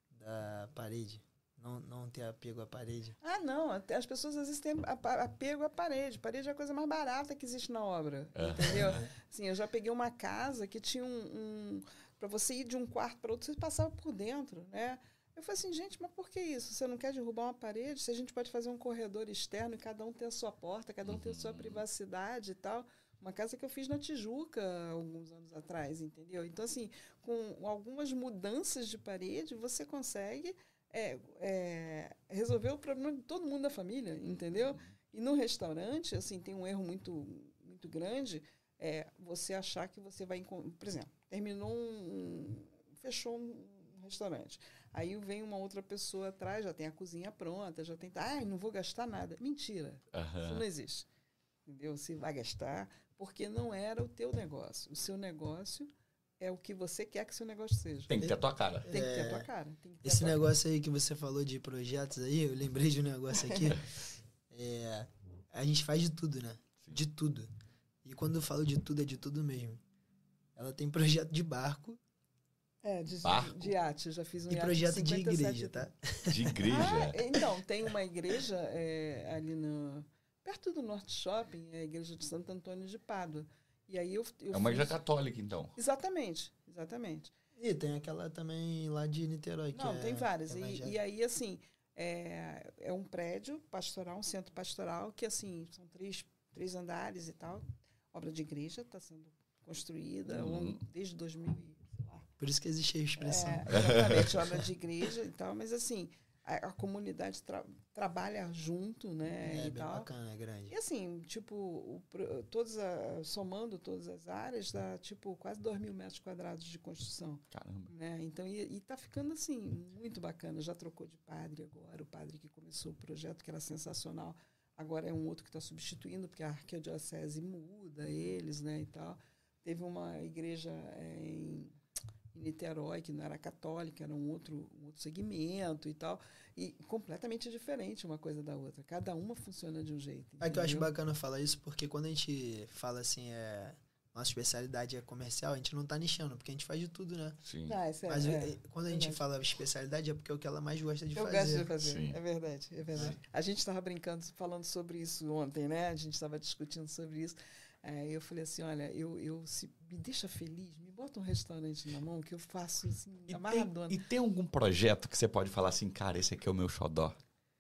da parede. Não, não ter apego à parede. Ah, não. até As pessoas às vezes têm apa- apego à parede. Parede é a coisa mais barata que existe na obra. É. Entendeu? Assim, eu já peguei uma casa que tinha um... um para você ir de um quarto para outro, você passava por dentro, né? Eu falei assim, gente, mas por que isso? Você não quer derrubar uma parede? Se a gente pode fazer um corredor externo e cada um tem a sua porta, cada um tem a sua privacidade e tal. Uma casa que eu fiz na Tijuca alguns anos atrás, entendeu? Então, assim, com algumas mudanças de parede, você consegue é, é, resolver o problema de todo mundo da família, entendeu? E no restaurante, assim, tem um erro muito, muito grande, é você achar que você vai... encon- Por exemplo, terminou um... fechou um restaurante. Aí vem uma outra pessoa atrás, já tem a cozinha pronta, já tem... Ah, não vou gastar nada. Mentira. Aham. Isso não existe. Entendeu? Você vai gastar porque não era o teu negócio. O seu negócio é o que você quer que seu negócio seja. Tem que ter a tua cara. Tem que ter a É, tua cara. Tem que ter a Esse tua negócio aí que você falou de projetos aí, eu lembrei de um negócio aqui. É, a gente faz de tudo, né? Sim. De tudo. E quando eu falo de tudo, é de tudo mesmo. Ela tem projeto de barco É, de, Barco. de iate. Eu já fiz um e iate projeto de cinquenta e sete igreja, tá? De igreja. Ah, então, tem uma igreja é, ali no, perto do Norte Shopping, é a igreja de Santo Antônio de Pádua. E aí eu, eu É uma igreja fiz- católica, então. Exatamente, exatamente. E tem aquela também lá de Niterói. Que Não, é tem várias. E, evangélica. e aí, assim, é, é um prédio pastoral, um centro pastoral, que, assim, são três, três andares e tal. Obra de igreja, está sendo construída ao longo- desde dois mil e, sei lá. Por isso que existe a expressão. É, exatamente, obra de igreja e tal. Mas, assim, a, a comunidade tra- trabalha junto, né, É, e bem tal. bacana, é grande. E assim, tipo, o, pro- todas a- somando todas as áreas, dá tipo quase dois mil metros quadrados de construção. Caramba. Né? Então, e, e tá ficando assim, muito bacana. Já trocou de padre agora, o padre que começou o projeto, que era sensacional. Agora é um outro que está substituindo, porque a arquidiocese muda eles, né, e tal. Teve uma igreja é, em, em Niterói, que não era católica, era um outro, um outro segmento e tal. E completamente diferente uma coisa da outra. Cada uma funciona de um jeito. É que eu acho entendeu? bacana falar isso, porque quando a gente fala assim, é, nossa especialidade é comercial, a gente não tá nichando, porque a gente faz de tudo, né? Sim. Ah, é sério, Mas é. eh, quando a gente verdade. fala especialidade é porque é o que ela mais gosta de Eu fazer. gosto de fazer, Sim. é verdade, é verdade. A gente estava brincando, falando sobre isso ontem, né? A gente estava discutindo sobre isso. Aí eu falei assim, olha, eu, eu se me deixa feliz, me bota um restaurante na mão que eu faço assim, E amarradona. tem, e tem algum projeto que você pode falar assim, cara, esse aqui é o meu xodó?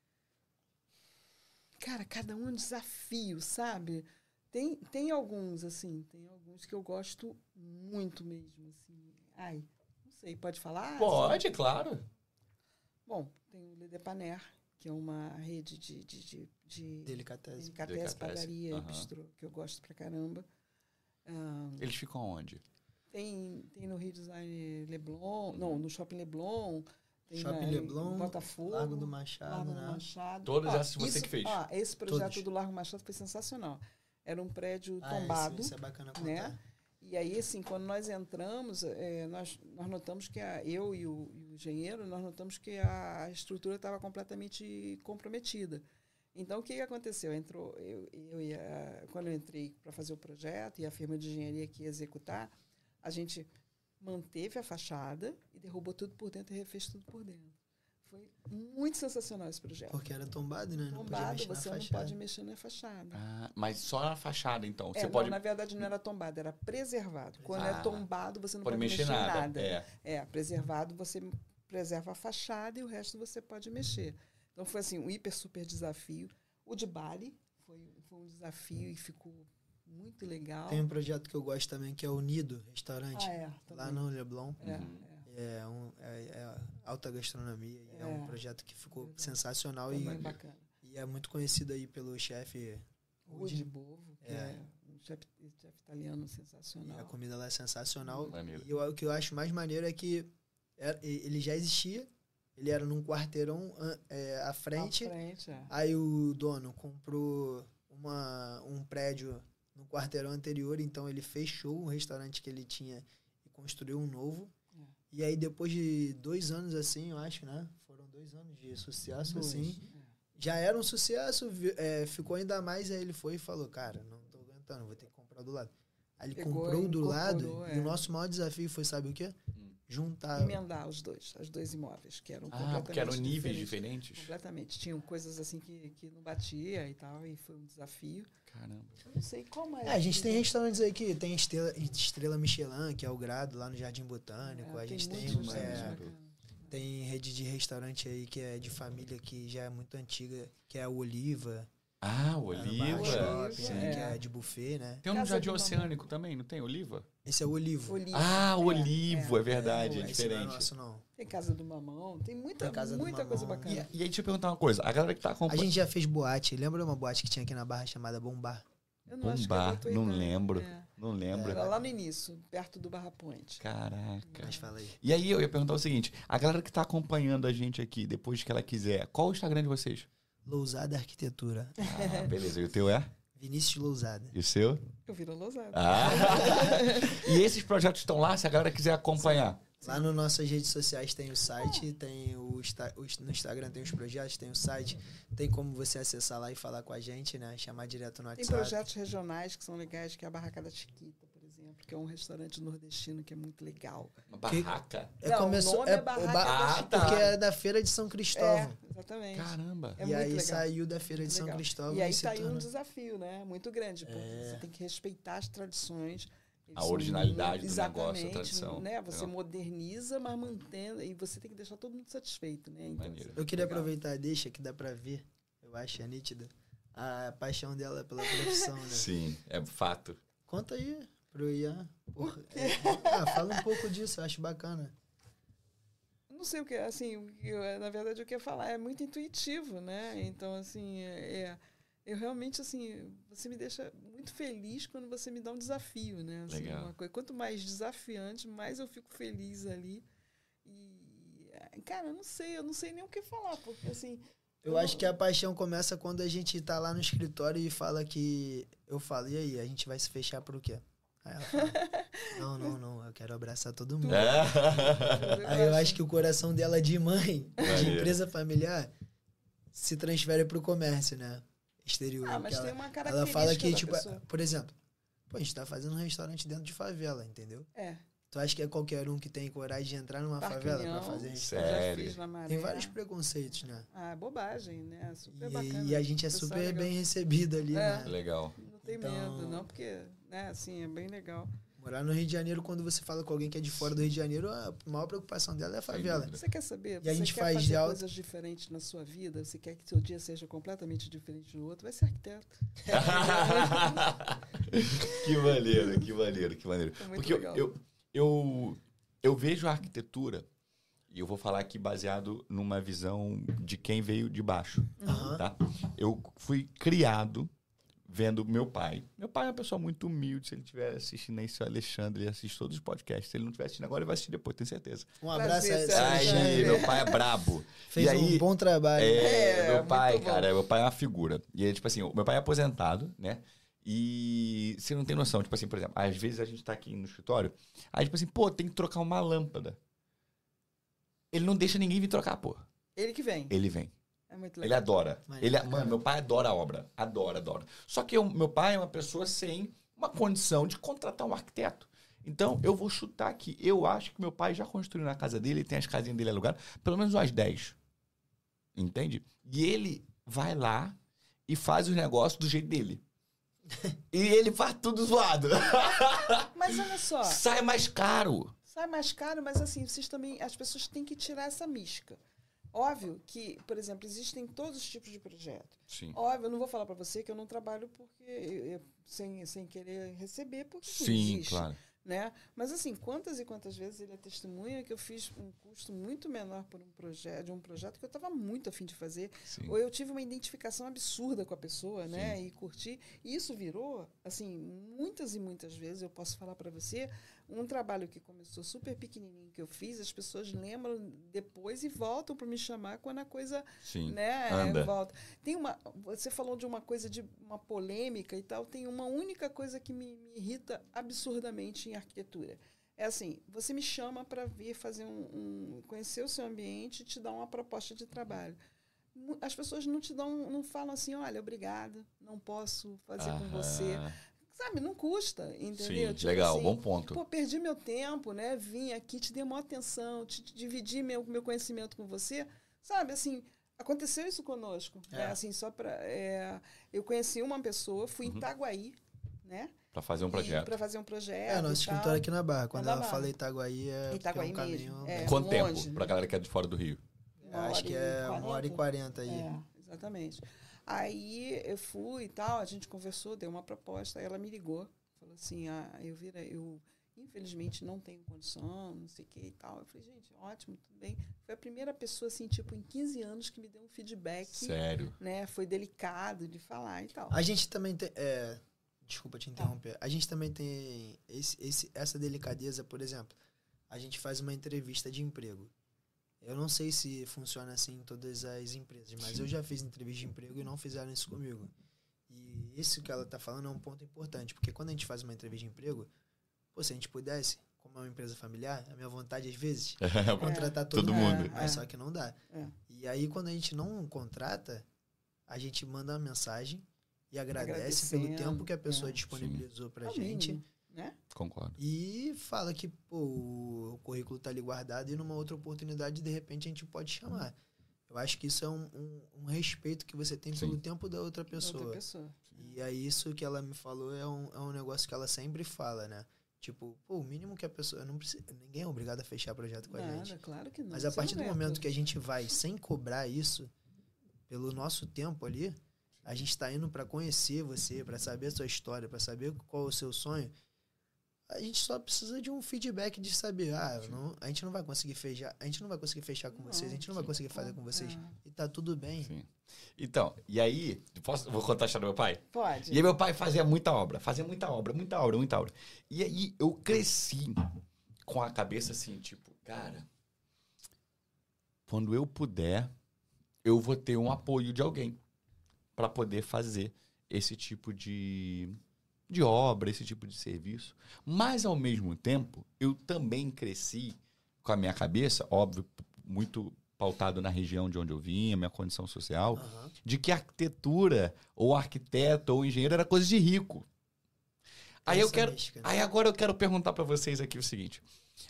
Cara, cada um é um desafio, sabe? Tem, tem alguns, assim, tem alguns que eu gosto muito mesmo, assim. Ai, não sei, pode falar? Pode, claro. Bom, tem o Le Depaner, que é uma rede de, de, de, de Delicatesse. delicatesse, Delicatesse, padaria aham. e bistrô, que eu gosto pra caramba. Ah, Eles ficam onde? tem, tem no Rio Design Leblon, não, no Shopping Leblon. Tem Shopping na, Leblon, em Botafogo. Largo do Machado, Largo do né? Machado. Todas Ó, essas você isso- que fez? Ó, esse projeto Todos. do Largo Machado foi sensacional. Era um prédio Ah, tombado. Isso, isso é bacana contar. né? E aí, assim, quando nós entramos, é, nós, nós notamos que a, eu e o, e o engenheiro, nós notamos que a estrutura estava completamente comprometida. Então, o que, que aconteceu? Entrou, eu, eu e a, quando eu entrei para fazer o projeto e a firma de engenharia que ia executar, a gente manteve a fachada e derrubou tudo por dentro e refez tudo por dentro. Foi muito sensacional esse projeto. Porque era tombado, né? Não podia Tombado, mexer na você não fachada. pode mexer na fachada. Ah, mas só na fachada, então. É, Você não, pode, na verdade não era tombado, era preservado. Quando Ah, é tombado, você não pode pode, mexer mexer, nada. nada. É. É, preservado, você preserva a fachada e o resto você pode mexer. Então foi assim, um hiper super desafio. O de Bali foi, foi um desafio e ficou muito legal. Tem um projeto que eu gosto também, que é o Nido Restaurante. Ah, é, lá também. no Leblon. É, Uhum. é, É, um, é, é alta gastronomia. e É. um É. projeto que ficou Verdade. sensacional e, também bacana. e é muito conhecido aí pelo chefe Rude de Bovo, que É. é, um chefe chefe italiano E sensacional. a comida lá é sensacional. Maneiro. E eu- o que eu acho mais maneiro é que é- e- ele já existia, Ele era num quarteirão an- é, à frente. À frente, é. Aí o dono comprou uma, um prédio no quarteirão anterior, então ele fechou o restaurante que ele tinha e construiu um novo. É. E aí depois de dois anos assim, eu acho, né? Foram dois anos de sucesso Dois, assim. é. Já era um sucesso, vi- é, ficou ainda mais, aí ele foi e falou, cara, não tô aguentando, vou ter que comprar do lado. Aí ele Pegou comprou e do lado incorporou, e é. o nosso maior desafio foi, sabe o quê? Hum. Juntar. Emendar os dois, os dois imóveis, que eram Ah, porque eram completamente níveis diferentes. diferentes? Completamente. Tinham coisas assim que, que não batia e tal, e foi um desafio. Caramba. Eu não sei qual mais. É, a gente tem restaurantes aí que tem estrela, estrela Michelin, que é o Grado, lá no Jardim Botânico. É, a gente tem, muitos é, restaurantes bacanas. tem rede de restaurante aí que é de família, que já é muito antiga, que é a Oliva. Ah, o lá no Barra Oliva. Shopping, Sim. né, é. que é de buffet, né? Tem um no Casa Jardim do Mamão. Oceânico também, não tem? Oliva? Esse é o Olivo. Oliva. Ah, o É, Olivo, é, verdade, é, Esse não é diferente. nosso, não. Tem Casa do Mamão, tem muita, Tem Casa do muita coisa Mamão. bacana. E, e aí, deixa eu perguntar uma coisa. A galera que tá A acompanhando... gente já fez boate. Lembra uma boate que tinha aqui na Barra chamada Bombar? Eu não acho que é Bombar, da tua não idade. lembro. É. Não lembro. Era lá no início, perto do Barra Point. Caraca. Mas fala aí. E aí, eu ia perguntar o seguinte. A galera que tá acompanhando a gente aqui, depois que ela quiser, qual o Instagram de vocês? Lousada Arquitetura. Ah, beleza. E o teu é? Vinícius Lousada. E o seu? Eu viro Lousada. Ah! E esses projetos estão lá, se a galera quiser acompanhar? Lá nas nossas redes sociais tem o site, tem o, Insta- o Insta- no Instagram tem os projetos, tem o site, tem como você acessar lá e falar com a gente, né? Chamar direto no Tem WhatsApp. projetos regionais que são legais, que é a Barraca Chiquita, por exemplo, que é um restaurante nordestino que é muito legal. Uma Que- barraca? É, Não, começou, o nome é, é Barraca o ba- da Ah, Chiquita. porque é da Feira de São Cristóvão. É, exatamente. Caramba. É e muito aí legal. saiu da Feira de São Legal. Cristóvão E aí se tá aí um tornou- desafio, né? Muito grande, porque É. você tem que respeitar as tradições. Eles A são originalidade muito- do negócio, a exatamente, tradição. Né? Você Legal. moderniza, mas mantendo. E você tem que deixar todo mundo satisfeito, né? Então, Maneiro. Eu queria legal. aproveitar a deixa que dá pra ver, eu acho, é nítida, a paixão dela pela profissão, né? Sim, é fato. Conta aí pro Ian. Porra, é, ah, fala um pouco disso, eu acho bacana. Não sei o que, assim, o que eu- na verdade, o que eu ia falar é muito intuitivo, né? Então, assim, é, é- eu realmente, assim, você me deixa muito feliz quando você me dá um desafio, né? Assim, Legal. uma coisa, quanto mais desafiante, mais eu fico feliz ali. E, cara, eu não sei, eu não sei nem o que falar, porque, assim... Eu acho que a paixão começa quando a gente tá lá no escritório e fala que... Eu falo, e aí, a gente vai se fechar pro quê? Aí ela fala, não, não, não, eu quero abraçar todo mundo. É. Aí eu acho que o coração dela de mãe, de Maneiro. empresa familiar, se transfere pro comércio, né? Exterior. Ah, mas que tem ela, uma ela característica fala que, da tipo, pessoa. por exemplo, pô, a gente tá fazendo um restaurante dentro de favela, entendeu? É, Tu acha que é qualquer um que tem coragem de entrar numa Parque favela União, pra fazer eu restaurante? já Sério? fiz na Maré. Tem vários preconceitos, né? Ah, é bobagem, né? Super E, bacana. e a gente é Pessoal super legal. bem recebido ali, É. né? Legal. Não tem Então- medo, não, porque, né, assim, é bem legal. Morar no Rio de Janeiro, quando você fala com alguém que é de fora do Rio de Janeiro, a maior preocupação dela é a Sem favela. dúvida. Você quer saber? E a você gente quer faz fazer de alto- coisas diferentes na sua vida? Você quer que seu dia seja completamente diferente do outro? Vai ser arquiteto. Que maneiro, que maneiro, que maneiro. É muito Porque eu, legal. eu, eu, eu vejo a arquitetura, e eu vou falar aqui baseado numa visão de quem veio de baixo, Aham. tá? Eu fui criado vendo meu pai. Meu pai é uma pessoa muito humilde. Se ele estiver assistindo aí, seu Alexandre, ele assiste todos os podcasts. Se ele não estiver assistindo agora, ele vai assistir depois, tenho certeza. Um abraço a Prazer, esse Sérgio. Alexandre. Aí, meu pai é brabo. Fez E aí, um bom trabalho. É, É, meu muito pai, bom. cara, meu pai é uma figura. E ele, tipo assim, o meu pai é aposentado, né? E você não tem noção, tipo assim, por exemplo, às vezes a gente tá aqui no escritório, aí tipo assim, pô, tem que trocar uma lâmpada. Ele não deixa ninguém vir trocar, pô. Ele que vem. Ele vem. É muito Ele legal. adora. Maneiro Ele, pra mano, caramba. meu pai adora a obra. Adora, adora. Só que eu- meu pai é uma pessoa sem uma condição de contratar um arquiteto. Então, eu vou chutar aqui. Eu acho que meu pai já construiu na casa dele, ele tem as casinhas dele alugadas, pelo menos umas dez. Entende? E ele vai lá e faz os negócios do jeito dele. E ele faz tudo zoado. Mas olha só, Sai mais caro. sai mais caro, mas assim, vocês também, as pessoas têm que tirar essa mística. Óbvio que, por exemplo, existem todos os tipos de projeto. Sim. Óbvio, eu não vou falar para você que eu não trabalho porque eu- eu- sem, sem querer receber, porque isso Sim, existe. claro. Né? Mas assim, quantas e quantas vezes ele é testemunha que eu fiz um custo muito menor por um projeto, de um projeto que eu estava muito afim de fazer, Sim. ou eu tive uma identificação absurda com a pessoa, né, e curti, e isso virou, assim, muitas e muitas vezes eu posso falar para você um trabalho que começou super pequenininho que eu fiz, as pessoas lembram depois e voltam para me chamar quando a coisa, Sim, né, anda. volta. Tem uma, você falou de uma coisa de uma polêmica e tal, tem uma única coisa que me, me irrita absurdamente em arquitetura. É assim, você me chama para vir fazer um, um conhecer o seu ambiente e te dar uma proposta de trabalho. As pessoas não te dão, não falam assim, olha, obrigada, não posso fazer Aham. com você. Sabe, não custa, entendeu? Sim, Tipo legal, assim, bom ponto. Pô, perdi meu tempo, né? Vim aqui, te dei maior atenção, te, te dividi meu, meu conhecimento com você. Sabe, assim, aconteceu isso conosco. É. Né? Assim, só para é, eu conheci uma pessoa, fui Uhum. em Itaguaí, né? Para fazer um projeto. Para fazer um projeto. É, nosso e tal. escritório aqui na Barra. Quando na ela Barra. fala Itaguaí, é, Itaguaí é um caminho... mesmo, bem- é. Quanto longe, tempo né? para galera que é de fora do Rio? Uma acho hora que e é uma hora e quarenta. quarenta aí. É, exatamente. Aí eu fui e tal, a gente conversou, deu uma proposta, aí ela me ligou, falou assim, ah, eu vira, eu infelizmente não tenho condição, não sei o que e tal. Eu falei, gente, ótimo, tudo bem. Foi a primeira pessoa, assim, tipo, em quinze anos que me deu um feedback. Sério? Né? Foi delicado de falar e tal. A gente também tem... É, desculpa te interromper. A gente também tem esse, esse, essa delicadeza, por exemplo. A gente faz uma entrevista de emprego. Eu não sei se funciona assim em todas as empresas, mas Sim. eu já fiz entrevista de emprego e não fizeram isso comigo. E isso que ela está falando é um ponto importante, porque quando a gente faz uma entrevista de emprego, pô, se a gente pudesse, como é uma empresa familiar, a minha vontade às vezes é contratar todo, Todo mundo, mundo. mas É. só que não dá. É. E aí quando a gente não contrata, a gente manda uma mensagem e agradece pelo Agradecendo, tempo que a pessoa é. disponibilizou pra É o gente. mínimo, né? Concordo. E fala que pô, o currículo tá ali guardado e numa outra oportunidade, de repente, a gente pode chamar. Eu acho que isso é um, um, um respeito que você tem pelo Sim. tempo da outra Da pessoa. Outra pessoa. E é isso que ela me falou, é um, é um negócio que ela sempre fala, né? Tipo, pô, o mínimo que a pessoa... Não precisa, ninguém é obrigado a fechar projeto com a Nada, gente. claro que não. Mas a Você partir não do é momento tudo. que a gente vai sem cobrar isso, pelo nosso tempo ali, a gente tá indo pra conhecer você, pra saber a sua história, pra saber qual é o seu sonho, a gente só precisa de um feedback de saber, ah, não, a gente não vai conseguir fechar, a gente não vai conseguir fechar com Não, vocês, a gente não vai sim. conseguir fazer com vocês. Ah, E tá tudo bem. Sim. Então, e aí, posso, vou contar a história do meu pai? Pode. E aí meu pai fazia muita obra, fazia muita obra, muita obra, muita obra. E aí eu cresci com a cabeça assim, tipo, cara, quando eu puder, eu vou ter um apoio de alguém para poder fazer esse tipo de, de obra, esse tipo de serviço. Mas, ao mesmo tempo, eu também cresci com a minha cabeça, óbvio, muito pautado na região de onde eu vim, a minha condição social, Aham. de que arquitetura, ou arquiteto, ou engenheiro era coisa de rico. Aí eu Essa quero, mística, né? aí agora eu quero perguntar para vocês aqui o seguinte: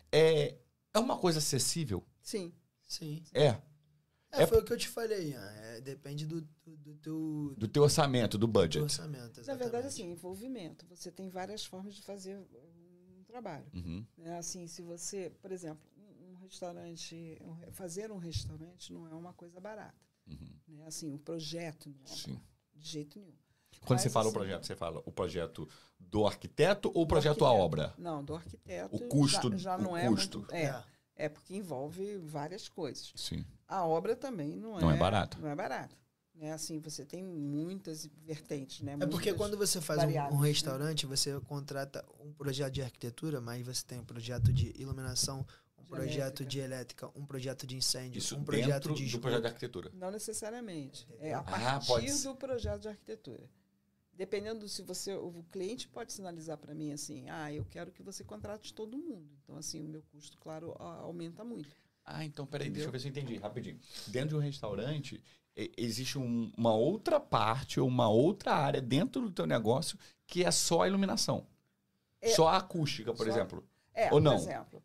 é, é uma coisa acessível? Sim. Sim. É. É, É- foi o que eu te falei, Ian. É, depende do, do, do teu Do teu orçamento, do do budget. orçamento. Na verdade, exatamente. assim, envolvimento. Você tem várias formas de fazer um trabalho. Uhum. Né? Assim, se você, por exemplo, um um restaurante, um re- fazer um restaurante não é uma coisa barata. Uhum. Né? Assim, o projeto não é Sim. barato, de jeito nenhum. Quando Mas, você fala o assim, projeto, você fala o projeto do arquiteto ou o do projeto à arquiteto. obra? Não, do arquiteto. O custo, já, já o não é custo. muito. É, é porque envolve várias coisas. Sim. A obra também não é. Não é barato. Não é barato. Né? Assim, você tem muitas vertentes, né? É porque Muitas quando você faz um, variáveis, um né? restaurante, você contrata um projeto de arquitetura, mas você tem um projeto de iluminação, um De projeto elétrica. de elétrica, um projeto de incêndio, Isso um projeto dentro de do esgoto. projeto de arquitetura. Não necessariamente. É a Ah, partir pode ser. do projeto de arquitetura. Dependendo se você, o cliente pode sinalizar para mim assim, ah, eu quero que você contrate todo mundo. Então, assim, o meu custo, claro, a- aumenta muito. Ah, então peraí, Entendeu? deixa eu ver se eu entendi rapidinho. Dentro de um restaurante, e- existe um- uma outra parte ou uma outra área dentro do teu negócio que é só a iluminação. É. Só a acústica, por Só- exemplo. É, Ou não? por exemplo,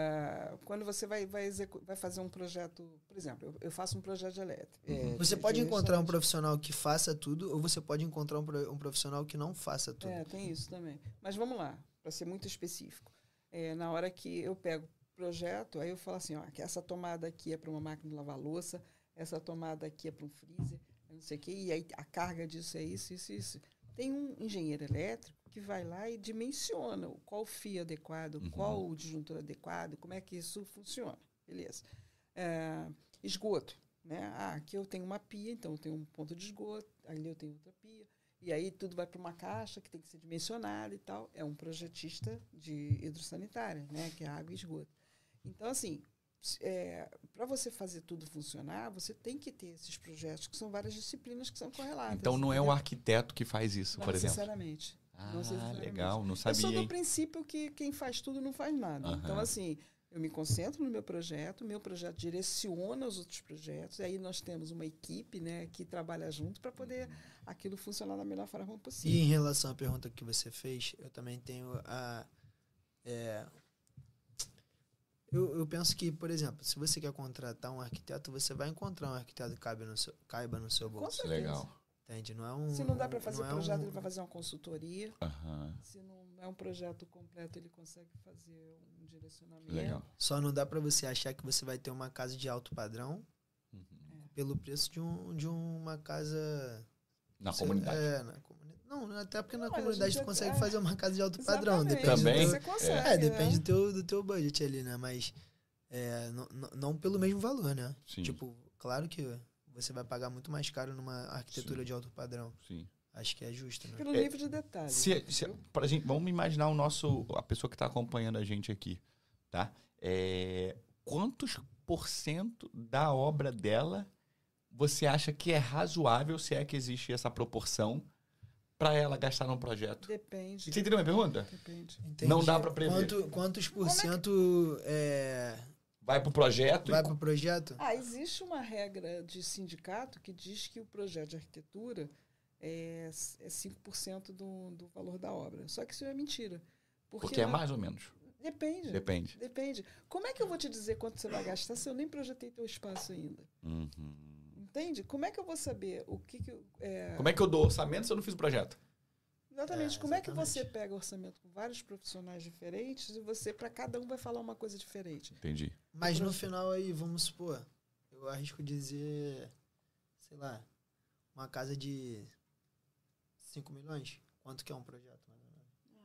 é, quando você vai, vai, execu- vai fazer um projeto, por exemplo, eu, eu faço um projeto de elétrica. é, Uhum. Você de- pode de encontrar um restaurante. profissional que faça tudo, ou você pode encontrar um, pro- um profissional que não faça tudo. É, tem isso também. Mas vamos lá, para ser muito específico. É, na hora que eu pego o projeto, aí eu falo assim, ó, que essa tomada aqui é para uma máquina de lavar louça, essa tomada aqui é para um freezer, não sei o quê, e aí a carga disso é isso, isso, isso. Tem um engenheiro elétrico que vai lá e dimensiona o- qual o fio adequado, Uhum. qual o disjuntor adequado, como é que isso funciona. Beleza. É, esgoto. Né? Ah, aqui eu tenho uma pia, então eu tenho um ponto de esgoto, ali eu tenho outra pia. E aí tudo vai para uma caixa que tem que ser dimensionada e tal. É um projetista de hidrossanitária, né? Que é água e esgoto. Então, assim, é, para você fazer tudo funcionar, você tem que ter esses projetos, que são várias disciplinas que são correlatas. Então não é o arquiteto que faz isso, não por exemplo? necessariamente. Ah, Não necessariamente. legal, não Eu sabia, sou do hein? princípio que quem faz tudo não faz nada. Aham. Então, assim, eu me concentro no meu projeto, meu projeto direciona os outros projetos, e aí nós temos uma equipe, né, que trabalha junto para poder aquilo funcionar da melhor forma E possível. em relação à pergunta que você fez, eu também tenho a... é, eu, eu penso que, por exemplo, se você quer contratar um arquiteto, você vai encontrar um arquiteto que caiba no seu, caiba no seu Com bolso. certeza. Legal. Entende? Não é um, Se não dá para fazer não é projeto, um- ele vai fazer uma consultoria. Aham, Se não é um projeto completo, ele consegue fazer um direcionamento. legal. Só não dá para você achar que você vai ter uma casa de alto padrão Uhum. pelo preço de, um, de uma casa... Na sei- comunidade. É, na comunidade. Não, até porque na Não, mas a comunidade gente tu consegue é- fazer uma casa de alto padrão. Exatamente. Depende Também? do Você teu, consegue, é, depende né? do teu, do teu budget ali, né? Mas é, não, não- não pelo mesmo valor, né? Sim, Tipo, claro que você vai pagar muito mais caro numa arquitetura Sim. de alto padrão. sim. Acho que é justo, né? Pelo É, nível de detalhes. Se, se, pra gente, vamos imaginar o nosso, a pessoa que está acompanhando a gente aqui, tá? É, quantos por cento da obra dela você acha que é razoável, se é que existe essa proporção, para ela gastar num projeto? Depende. Você entendeu a minha pergunta? Depende. Entendi. Não dá pra prever. Quanto, quantos por Como é que- cento é, Vai pro projeto vai e... para o projeto? Ah, existe uma regra de sindicato que diz que o projeto de arquitetura é, é cinco por cento do, do valor da obra. Só que isso é mentira. Porque, Porque é na- mais ou menos. Depende. Depende. Depende. Como é que eu vou te dizer quanto você vai gastar se eu nem projetei teu espaço ainda? Uhum. Entende? Como é que eu vou saber o que, que eu, é, Como é que eu dou orçamento se eu não fiz o projeto? Exatamente. É, Como é que exatamente. você pega orçamento com vários profissionais diferentes e você, para cada um, vai falar uma coisa diferente? Entendi. Mas no final aí, vamos supor, eu arrisco dizer, sei lá, uma casa de cinco milhões. Quanto que é um projeto? mais ou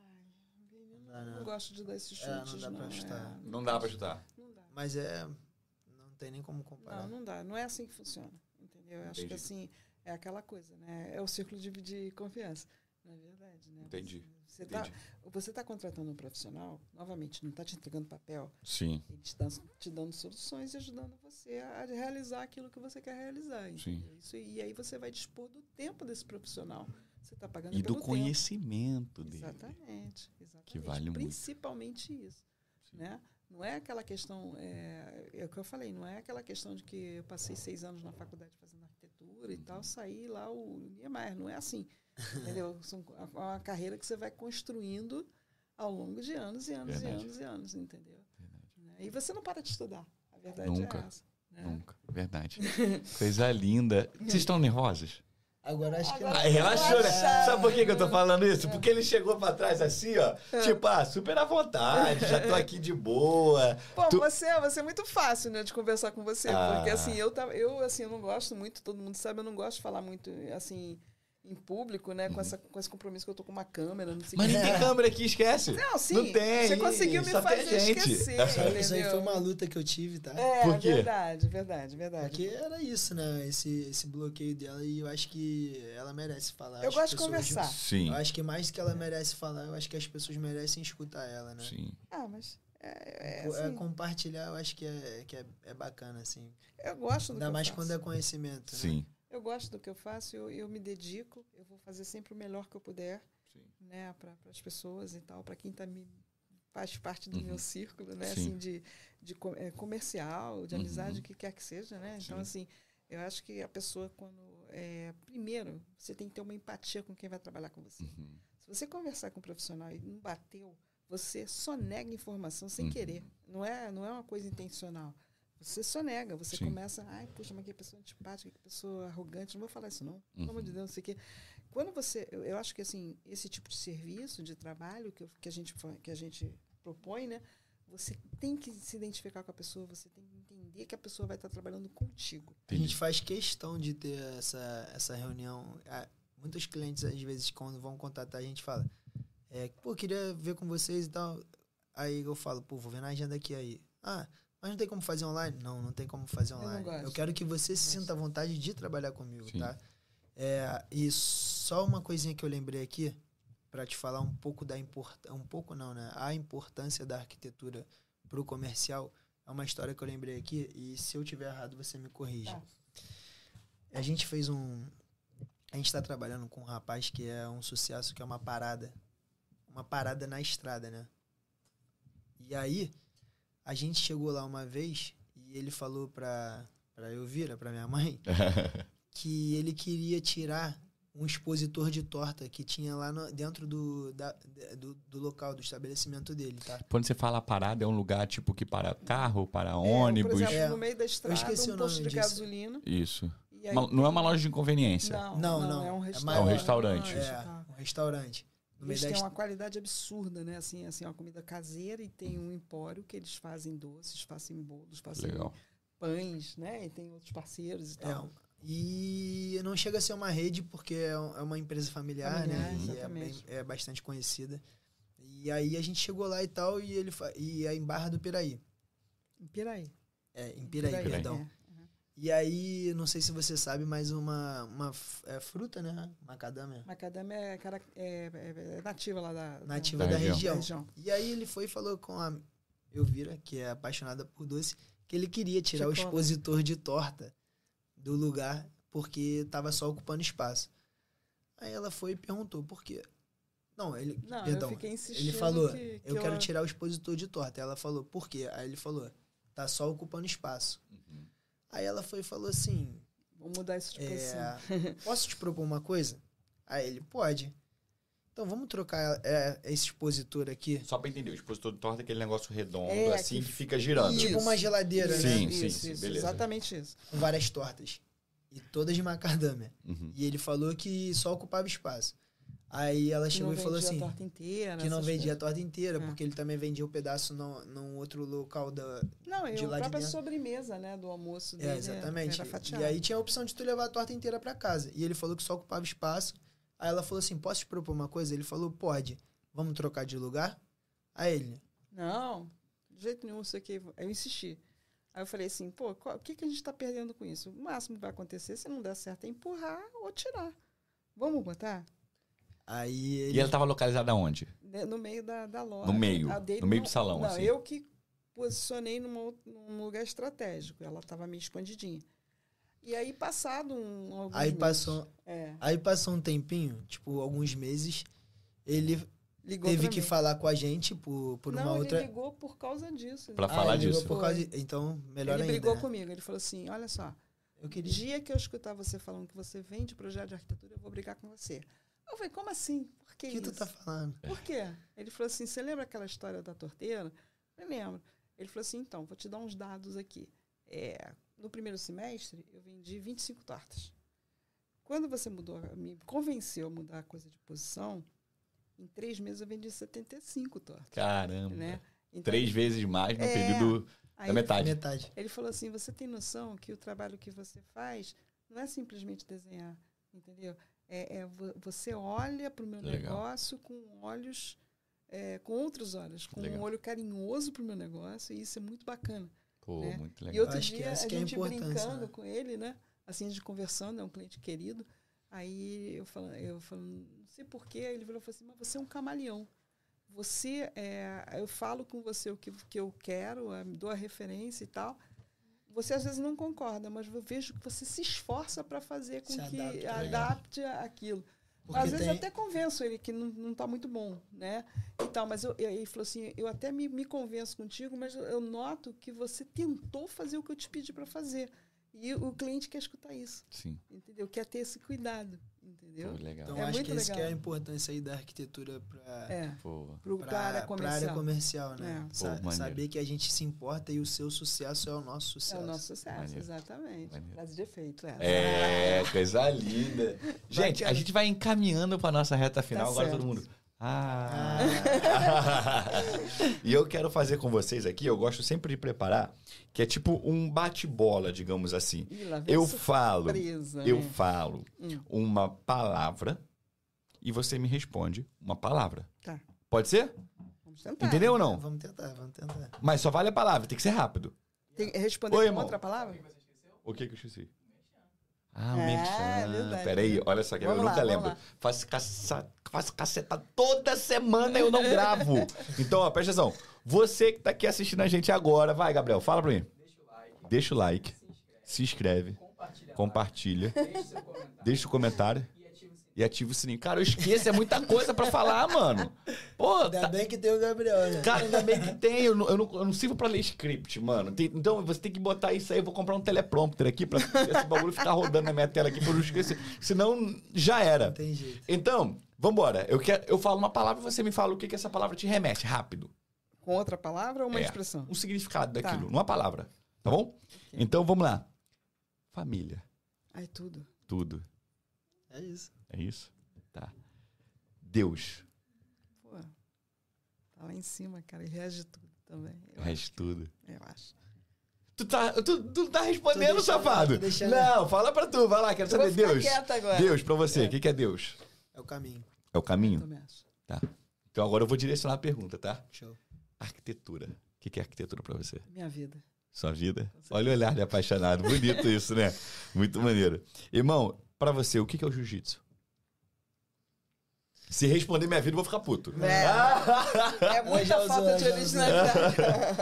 menos? Não dá, Eu né? não gosto de dar esses É, não chutes, dá não. pra chutar. É, Não dá pra chutar. Não dá. Mas é. Não tem nem como comparar. Não, não dá. Não é assim que funciona. Entendeu? Eu acho Entendi. que assim, é aquela coisa, né? É o círculo de, de confiança. Não é verdade, né? Entendi. Você está Entendi. você tá contratando um profissional, novamente, não está te entregando papel, Sim. ele está te dando soluções e ajudando você a realizar aquilo que você quer realizar. Sim. entendeu? Isso, e aí você vai dispor do tempo desse profissional. Você está pagando E do pelo tempo. conhecimento dele. Exatamente, exatamente. Que vale muito. Principalmente isso, Sim. né? Não é aquela questão, é, é o que eu falei, não é aquela questão de que eu passei seis anos na faculdade fazendo arquitetura e tal, saí lá o Niemeyer, não é assim, entendeu? São é uma carreira que você vai construindo ao longo de anos e anos Verdade. e anos e anos, entendeu? Verdade. Né? E você não para de estudar, a verdade Nunca. é essa. Né? Nunca. Verdade. Coisa linda. Vocês estão nervosos? Agora acho que. Agora- Ah, relaxou, né? Relaxa. Sabe por que, que eu tô falando isso? Porque ele chegou pra trás assim, ó. Tipo, ah, super à vontade, já tô aqui de boa. Bom, Tu- você, você é muito fácil, né, de conversar com você, Ah. porque assim, eu, tava- eu assim, eu não gosto muito, todo mundo sabe, eu não gosto de falar muito, assim, em público, né, com, essa, com esse compromisso que eu tô com uma câmera, não sei o Mas que. nem tem câmera aqui, esquece. Não, sim, Não tem, você conseguiu me só tem fazer gente. esquecer, Isso aí, isso aí entendeu? foi uma luta que eu tive, tá? É, Por quê? verdade, verdade, verdade. Porque era isso, né? Esse, esse bloqueio dela e eu acho que ela merece falar. Eu As gosto de pessoas- conversar. Sim. Eu acho que mais que ela merece falar, eu acho que as pessoas merecem escutar ela, né? Sim. Ah, mas é, é, Co- é, assim, compartilhar, eu acho que é, que é, é bacana, assim. eu gosto do Ainda que eu mais faço. quando é conhecimento, né? Sim. Eu gosto do que eu faço, eu, eu me dedico, eu vou fazer sempre o melhor que eu puder, Sim. né, para as pessoas e tal, para quem tá me faz parte do Uhum. meu círculo, né, Sim. assim de, de co- é, comercial, de Uhum. amizade, o que quer que seja, né? Então Sim. assim, eu acho que a pessoa quando é, primeiro você tem que ter uma empatia com quem vai trabalhar com você. Uhum. Se você conversar com um profissional e não bateu, você só nega informação sem Uhum. querer. Não é, não é uma coisa intencional. Você só nega, você Sim. começa, ai, puxa, mas que pessoa antipática, que pessoa arrogante, não vou falar isso não, pelo amor de Uhum. Deus, não sei o quê. Quando você, eu, eu acho que assim, esse tipo de serviço, de trabalho que, eu- que, a, gente, fa- que a gente propõe, né, você tem que se identificar com a pessoa, você tem que entender que a pessoa vai estar trabalhando contigo. A gente faz questão de ter essa, essa reunião. Ah, muitos clientes, às vezes, quando vão contatar, a gente fala, é, pô, queria ver com vocês e tal. Aí eu falo, pô, vou ver na agenda aqui aí. Ah, mas não tem como fazer online? Não, não tem como fazer não online. Eu, gosto. quero que você se Gosto. sinta à vontade de trabalhar comigo, Sim. tá? É, e só uma coisinha que eu lembrei aqui, para te falar um pouco da importância, um pouco não, né? A importância da arquitetura para o comercial. É uma história que eu lembrei aqui, e se eu tiver errado, você me corrige. Tá. A gente fez um... A gente está trabalhando com um rapaz que é um sucesso, que é uma parada. Uma parada na estrada, né? E aí, a gente chegou lá uma vez, e ele falou pra, pra Elvira, pra minha mãe, que ele queria tirar um expositor de torta que tinha lá no, dentro do, da, do, do local, do estabelecimento dele, tá? Quando você fala parada, é um lugar tipo que para carro, para É, ônibus. por exemplo, É. no meio da estrada, esqueci um o posto nome de disso. gasolina. Isso. E aí Uma- não é uma tem- loja de conveniência. Não, Não, não, não. é um É restaurante. maior. É um restaurante. É, tá. um restaurante. No meio Eles da têm est- uma qualidade absurda, né? Assim, assim, uma comida caseira, e tem um empório que eles fazem doces, fazem bolos, fazem Legal. pães, né? E tem outros parceiros e É, tal. e não chega a ser uma rede, porque é um- é uma empresa familiar, Familiar, né? E é, exatamente. bem- é bastante conhecida. E aí a gente chegou lá e tal, e ele fa- e é em Barra do Piraí. Em Piraí. É, em Piraí, Piraí, perdão. é. E aí, não sei se você sabe, mas uma, uma f- é fruta, né? Macadâmia. Macadâmia é, cara- é- é- é nativa lá da, da- Nativa Da da, região. região. da região. E aí ele foi e falou com a Elvira, que é apaixonada por doce, que ele queria tirar o Chocolate. expositor de torta do lugar, porque tava só ocupando espaço. Aí ela foi e perguntou por quê. Não, ele, Não, perdão, eu fiquei insistindo ele falou, que, que eu quero tirar o expositor de torta. Ela falou, por quê? Aí ele falou, tá só ocupando espaço. Uhum. Aí ela foi e falou assim, Vou mudar isso de posição. é, posso te propor uma coisa? Aí ele, pode. Então vamos trocar é, esse expositor aqui. Só pra entender, o expositor de torta é aquele negócio redondo, É, assim, que- que fica girando. Tipo uma geladeira, Isso, né? Sim, sim, isso, sim, isso, beleza. exatamente isso. Com várias tortas. E todas de macadâmia. Uhum. E ele falou que só ocupava espaço. Aí ela Que chegou não e falou vendia assim, a torta inteira. que não essas vendia a coisas. torta inteira, É. porque ele também vendia o pedaço no, num outro local da... Não, e de a lá de própria dentro. sobremesa, né, do almoço dele. É, exatamente. Era fatiado. E aí tinha a opção de tu levar a torta inteira pra casa. E ele falou que só ocupava espaço. Aí ela falou assim, posso te propor uma coisa? Ele falou, pode. Vamos trocar de lugar? Aí ele, Não, de jeito nenhum, isso aqui. Eu insisti. Aí eu falei assim, pô, qual- o que, que a gente está perdendo com isso? O máximo que vai acontecer, se não der certo, é empurrar ou tirar. Vamos botar? aí ele... E ela tava localizada onde? Ne- No meio da, da loja. No meio, A dele no meio não- do salão, Não, assim. eu que posicionei numa, out- num lugar estratégico. Ela estava meio escondidinha. E aí, passado um, alguns Aí meses, passou, é, aí passou um tempinho, tipo, alguns meses, ele ligou teve pra que mim. falar com a gente por, por não, uma ele outra... ligou por causa disso. Pra Ele- falar ele ligou disso. Por causa de... Então, melhor ele ainda, brigou né? comigo. Ele falou assim, olha só, Eu o queria... dia que eu escutar você falando que você vende projeto de arquitetura, eu vou brigar com você. Eu falei, como assim? Por que O que isso? tu tá falando? Por quê? Ele falou assim, você lembra aquela história da torteira? Eu lembro. Ele falou assim, então, vou te dar uns dados aqui. É, no primeiro semestre, eu vendi vinte e cinco tortas. Quando você mudou, me convenceu a mudar a coisa de posição, em três meses eu vendi setenta e cinco tortas. Caramba. Né? Então, Três vezes mais no É. período aí da metade. Metade. ele falou assim, você tem noção que o trabalho que você faz não é simplesmente desenhar, entendeu? É, é vo- você olha para o meu Legal. negócio com olhos, é, com outros olhos, com Legal. um olho carinhoso para o meu negócio, e isso é muito bacana. Pô, né? muito E legal. outro Acho que dia, essa a que é a gente importância, brincando né? com ele, né? Assim, a gente conversando, é um cliente querido. Aí eu falando, eu falando, não sei porquê, ele falou assim, mas você é um camaleão. Você, é, eu falo com você o que, que eu quero, eu dou a referência e tal. Você às vezes não concorda, mas eu vejo que você se esforça para fazer com Se que adapta. adapte aquilo. Porque Às vezes tem- até convenço ele que não está muito bom, né? E tal, mas eu, ele falou assim, eu até me, me convenço contigo, mas eu, eu noto que você tentou fazer o que eu te pedi para fazer. E o cliente quer escutar isso, Sim. entendeu? Quer ter esse cuidado, entendeu? Pô, legal. Então, É acho muito que essa que é a legal. importância aí da arquitetura para É, Pô. pro, pra área comercial. área comercial, né? É. Sa- Pô, maneiro. saber que a gente se importa e o seu sucesso é o nosso É sucesso. o nosso sucesso, Maneiro. exatamente. Maneiro. Frase de efeito, essa. É, coisa linda. Gente, a Bacana. gente vai encaminhando para nossa reta final. Tá Agora certo. todo mundo. Ah. E eu quero fazer com vocês aqui, eu gosto sempre de preparar, que é tipo um bate-bola, digamos assim. Ih, lá vem Eu surpresa, falo, eu né? falo Hum. uma palavra e você me responde uma palavra. Tá. Pode ser? Vamos tentar. Entendeu ou não? Vamos tentar, vamos tentar. Mas só vale a palavra, tem que ser rápido. Tem que responder Oi, com irmão. outra palavra? O que que eu esqueci? Ah, o É, merchan. verdade, Peraí, né? olha só, que eu Vamos nunca lá, lembro. vamos lá. Faço, caça, faço caceta toda semana e eu não gravo. Então, ó, presta atenção. Você que tá aqui assistindo a gente agora, vai, Gabriel, fala pra mim. Deixa o like, se inscreve, compartilha, deixa o comentário e ativa o sininho. Cara, eu esqueço, é muita coisa pra falar, mano. Pô, Ainda tá... bem que tem o Gabriel, né? Cara, ainda bem que tem. Eu não, eu não, eu não sirvo pra ler script, mano. Tem- então você tem que botar isso aí. Eu vou comprar um teleprompter aqui pra esse bagulho ficar rodando na minha tela aqui pra eu não esquecer. Senão, já era. Não tem jeito. Então, vambora. Eu, quero, eu falo uma palavra e você me fala o que, que essa palavra te remete, rápido. Com outra palavra ou uma É, expressão? Um significado Tá. daquilo, numa palavra. Tá bom? Então, vamos lá. Família. Ai, tudo. Tudo. É isso. É isso? Tá. Deus. Pô, tá lá em cima, cara. E reage tudo também. Eu O resto acho que- tudo. Eu acho. Tu tá, tu, tu tá respondendo, Tô deixando, safado. tô deixando. Não, fala pra tu. Vai lá, quero Eu vou saber. ficar Deus. quieta agora. Deus, pra você. O que, que é Deus? É o caminho. É o Eu caminho? também acho. Tá. Então agora eu vou direcionar a pergunta, tá? Show. Arquitetura. O que, que é arquitetura pra você? Minha vida. Sua vida? Olha o olhar de apaixonado. Bonito isso, né? Muito maneiro. Irmão, pra você, o que, que é o jiu-jitsu? Se responder minha vida, eu vou ficar puto. É, é muita já usou, falta de já usou. originalidade.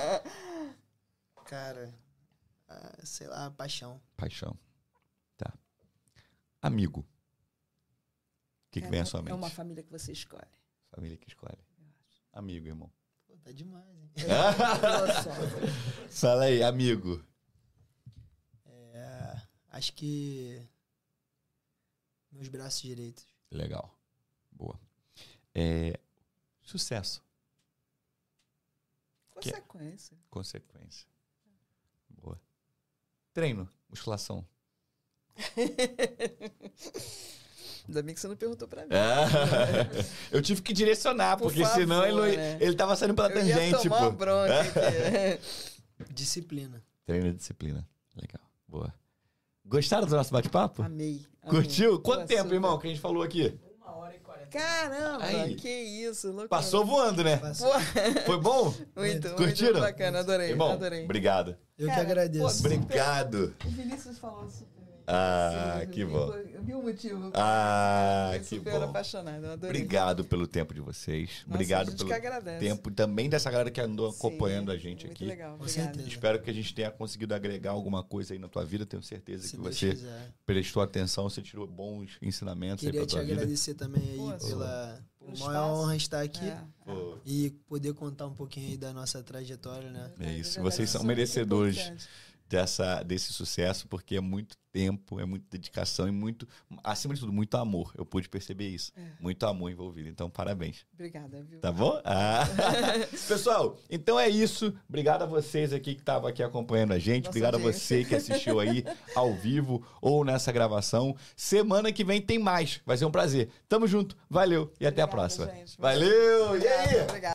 Cara, ah, sei lá, paixão. Paixão. Tá. Amigo. O que, que vem à sua mente? É uma família que você escolhe. Família que escolhe. Amigo, irmão. Pô, tá demais, hein? Filosófico. Fala aí, amigo. É, acho que meus braços direitos. Legal. Boa. É, sucesso. Consequência. Consequência. Boa. Treino. Musculação. Ainda bem que você não perguntou pra mim. Ah, eu tive que direcionar, Por porque favor, senão ele, não- né? ele tava saindo pela Eu ia tangente, tomar uma pô. bronca aqui. Disciplina. Treino e disciplina. Legal. Boa. Gostaram do nosso bate-papo? Amei. amei. Curtiu? Pô, Quanto tempo, super. irmão, que a gente falou aqui? Uma hora e quarenta. Caramba, Aí. que isso. Loucura. Passou voando, né? Passou. Pô, Foi bom? muito, Curtiram? muito bacana. Adorei, Irmão, adorei. obrigado. Eu Cara, que agradeço. pô, Obrigado. O Vinícius falou super bem. Ah, Sim, que eu bom. vi- Eu vi o motivo. Ah, Fiquei que super bom. apaixonado, eu adorei. Obrigado pelo tempo de vocês. Nossa, Obrigado a gente pelo que agradece. tempo também dessa galera que andou Sim, acompanhando a gente muito aqui. legal, Com obrigada. certeza. Espero que a gente tenha conseguido agregar alguma coisa aí na tua vida. Tenho certeza Se que Deus você quiser. prestou atenção, você tirou bons ensinamentos Queria aí te pra tua vida. agradecer também aí Pô, pela... pelo Uma espaço. honra estar aqui É, Pô, e poder contar um pouquinho aí da nossa trajetória, né? é isso. verdade, Vocês isso são é muito merecedores importante. dessa, desse sucesso, porque é muito tempo, é muita dedicação e muito, acima de tudo, muito amor. Eu pude perceber isso. É. Muito amor envolvido. Então, parabéns. Obrigada, viu? Tá bom? Ah. Pessoal, então é isso. Obrigado a vocês aqui que estavam aqui acompanhando a gente. Nossa Obrigado a audiência. você que assistiu aí ao vivo ou nessa gravação. Semana que vem tem mais. Vai ser um prazer. Tamo junto. Valeu e até a Obrigada, próxima. gente. Valeu! E aí? Obrigada.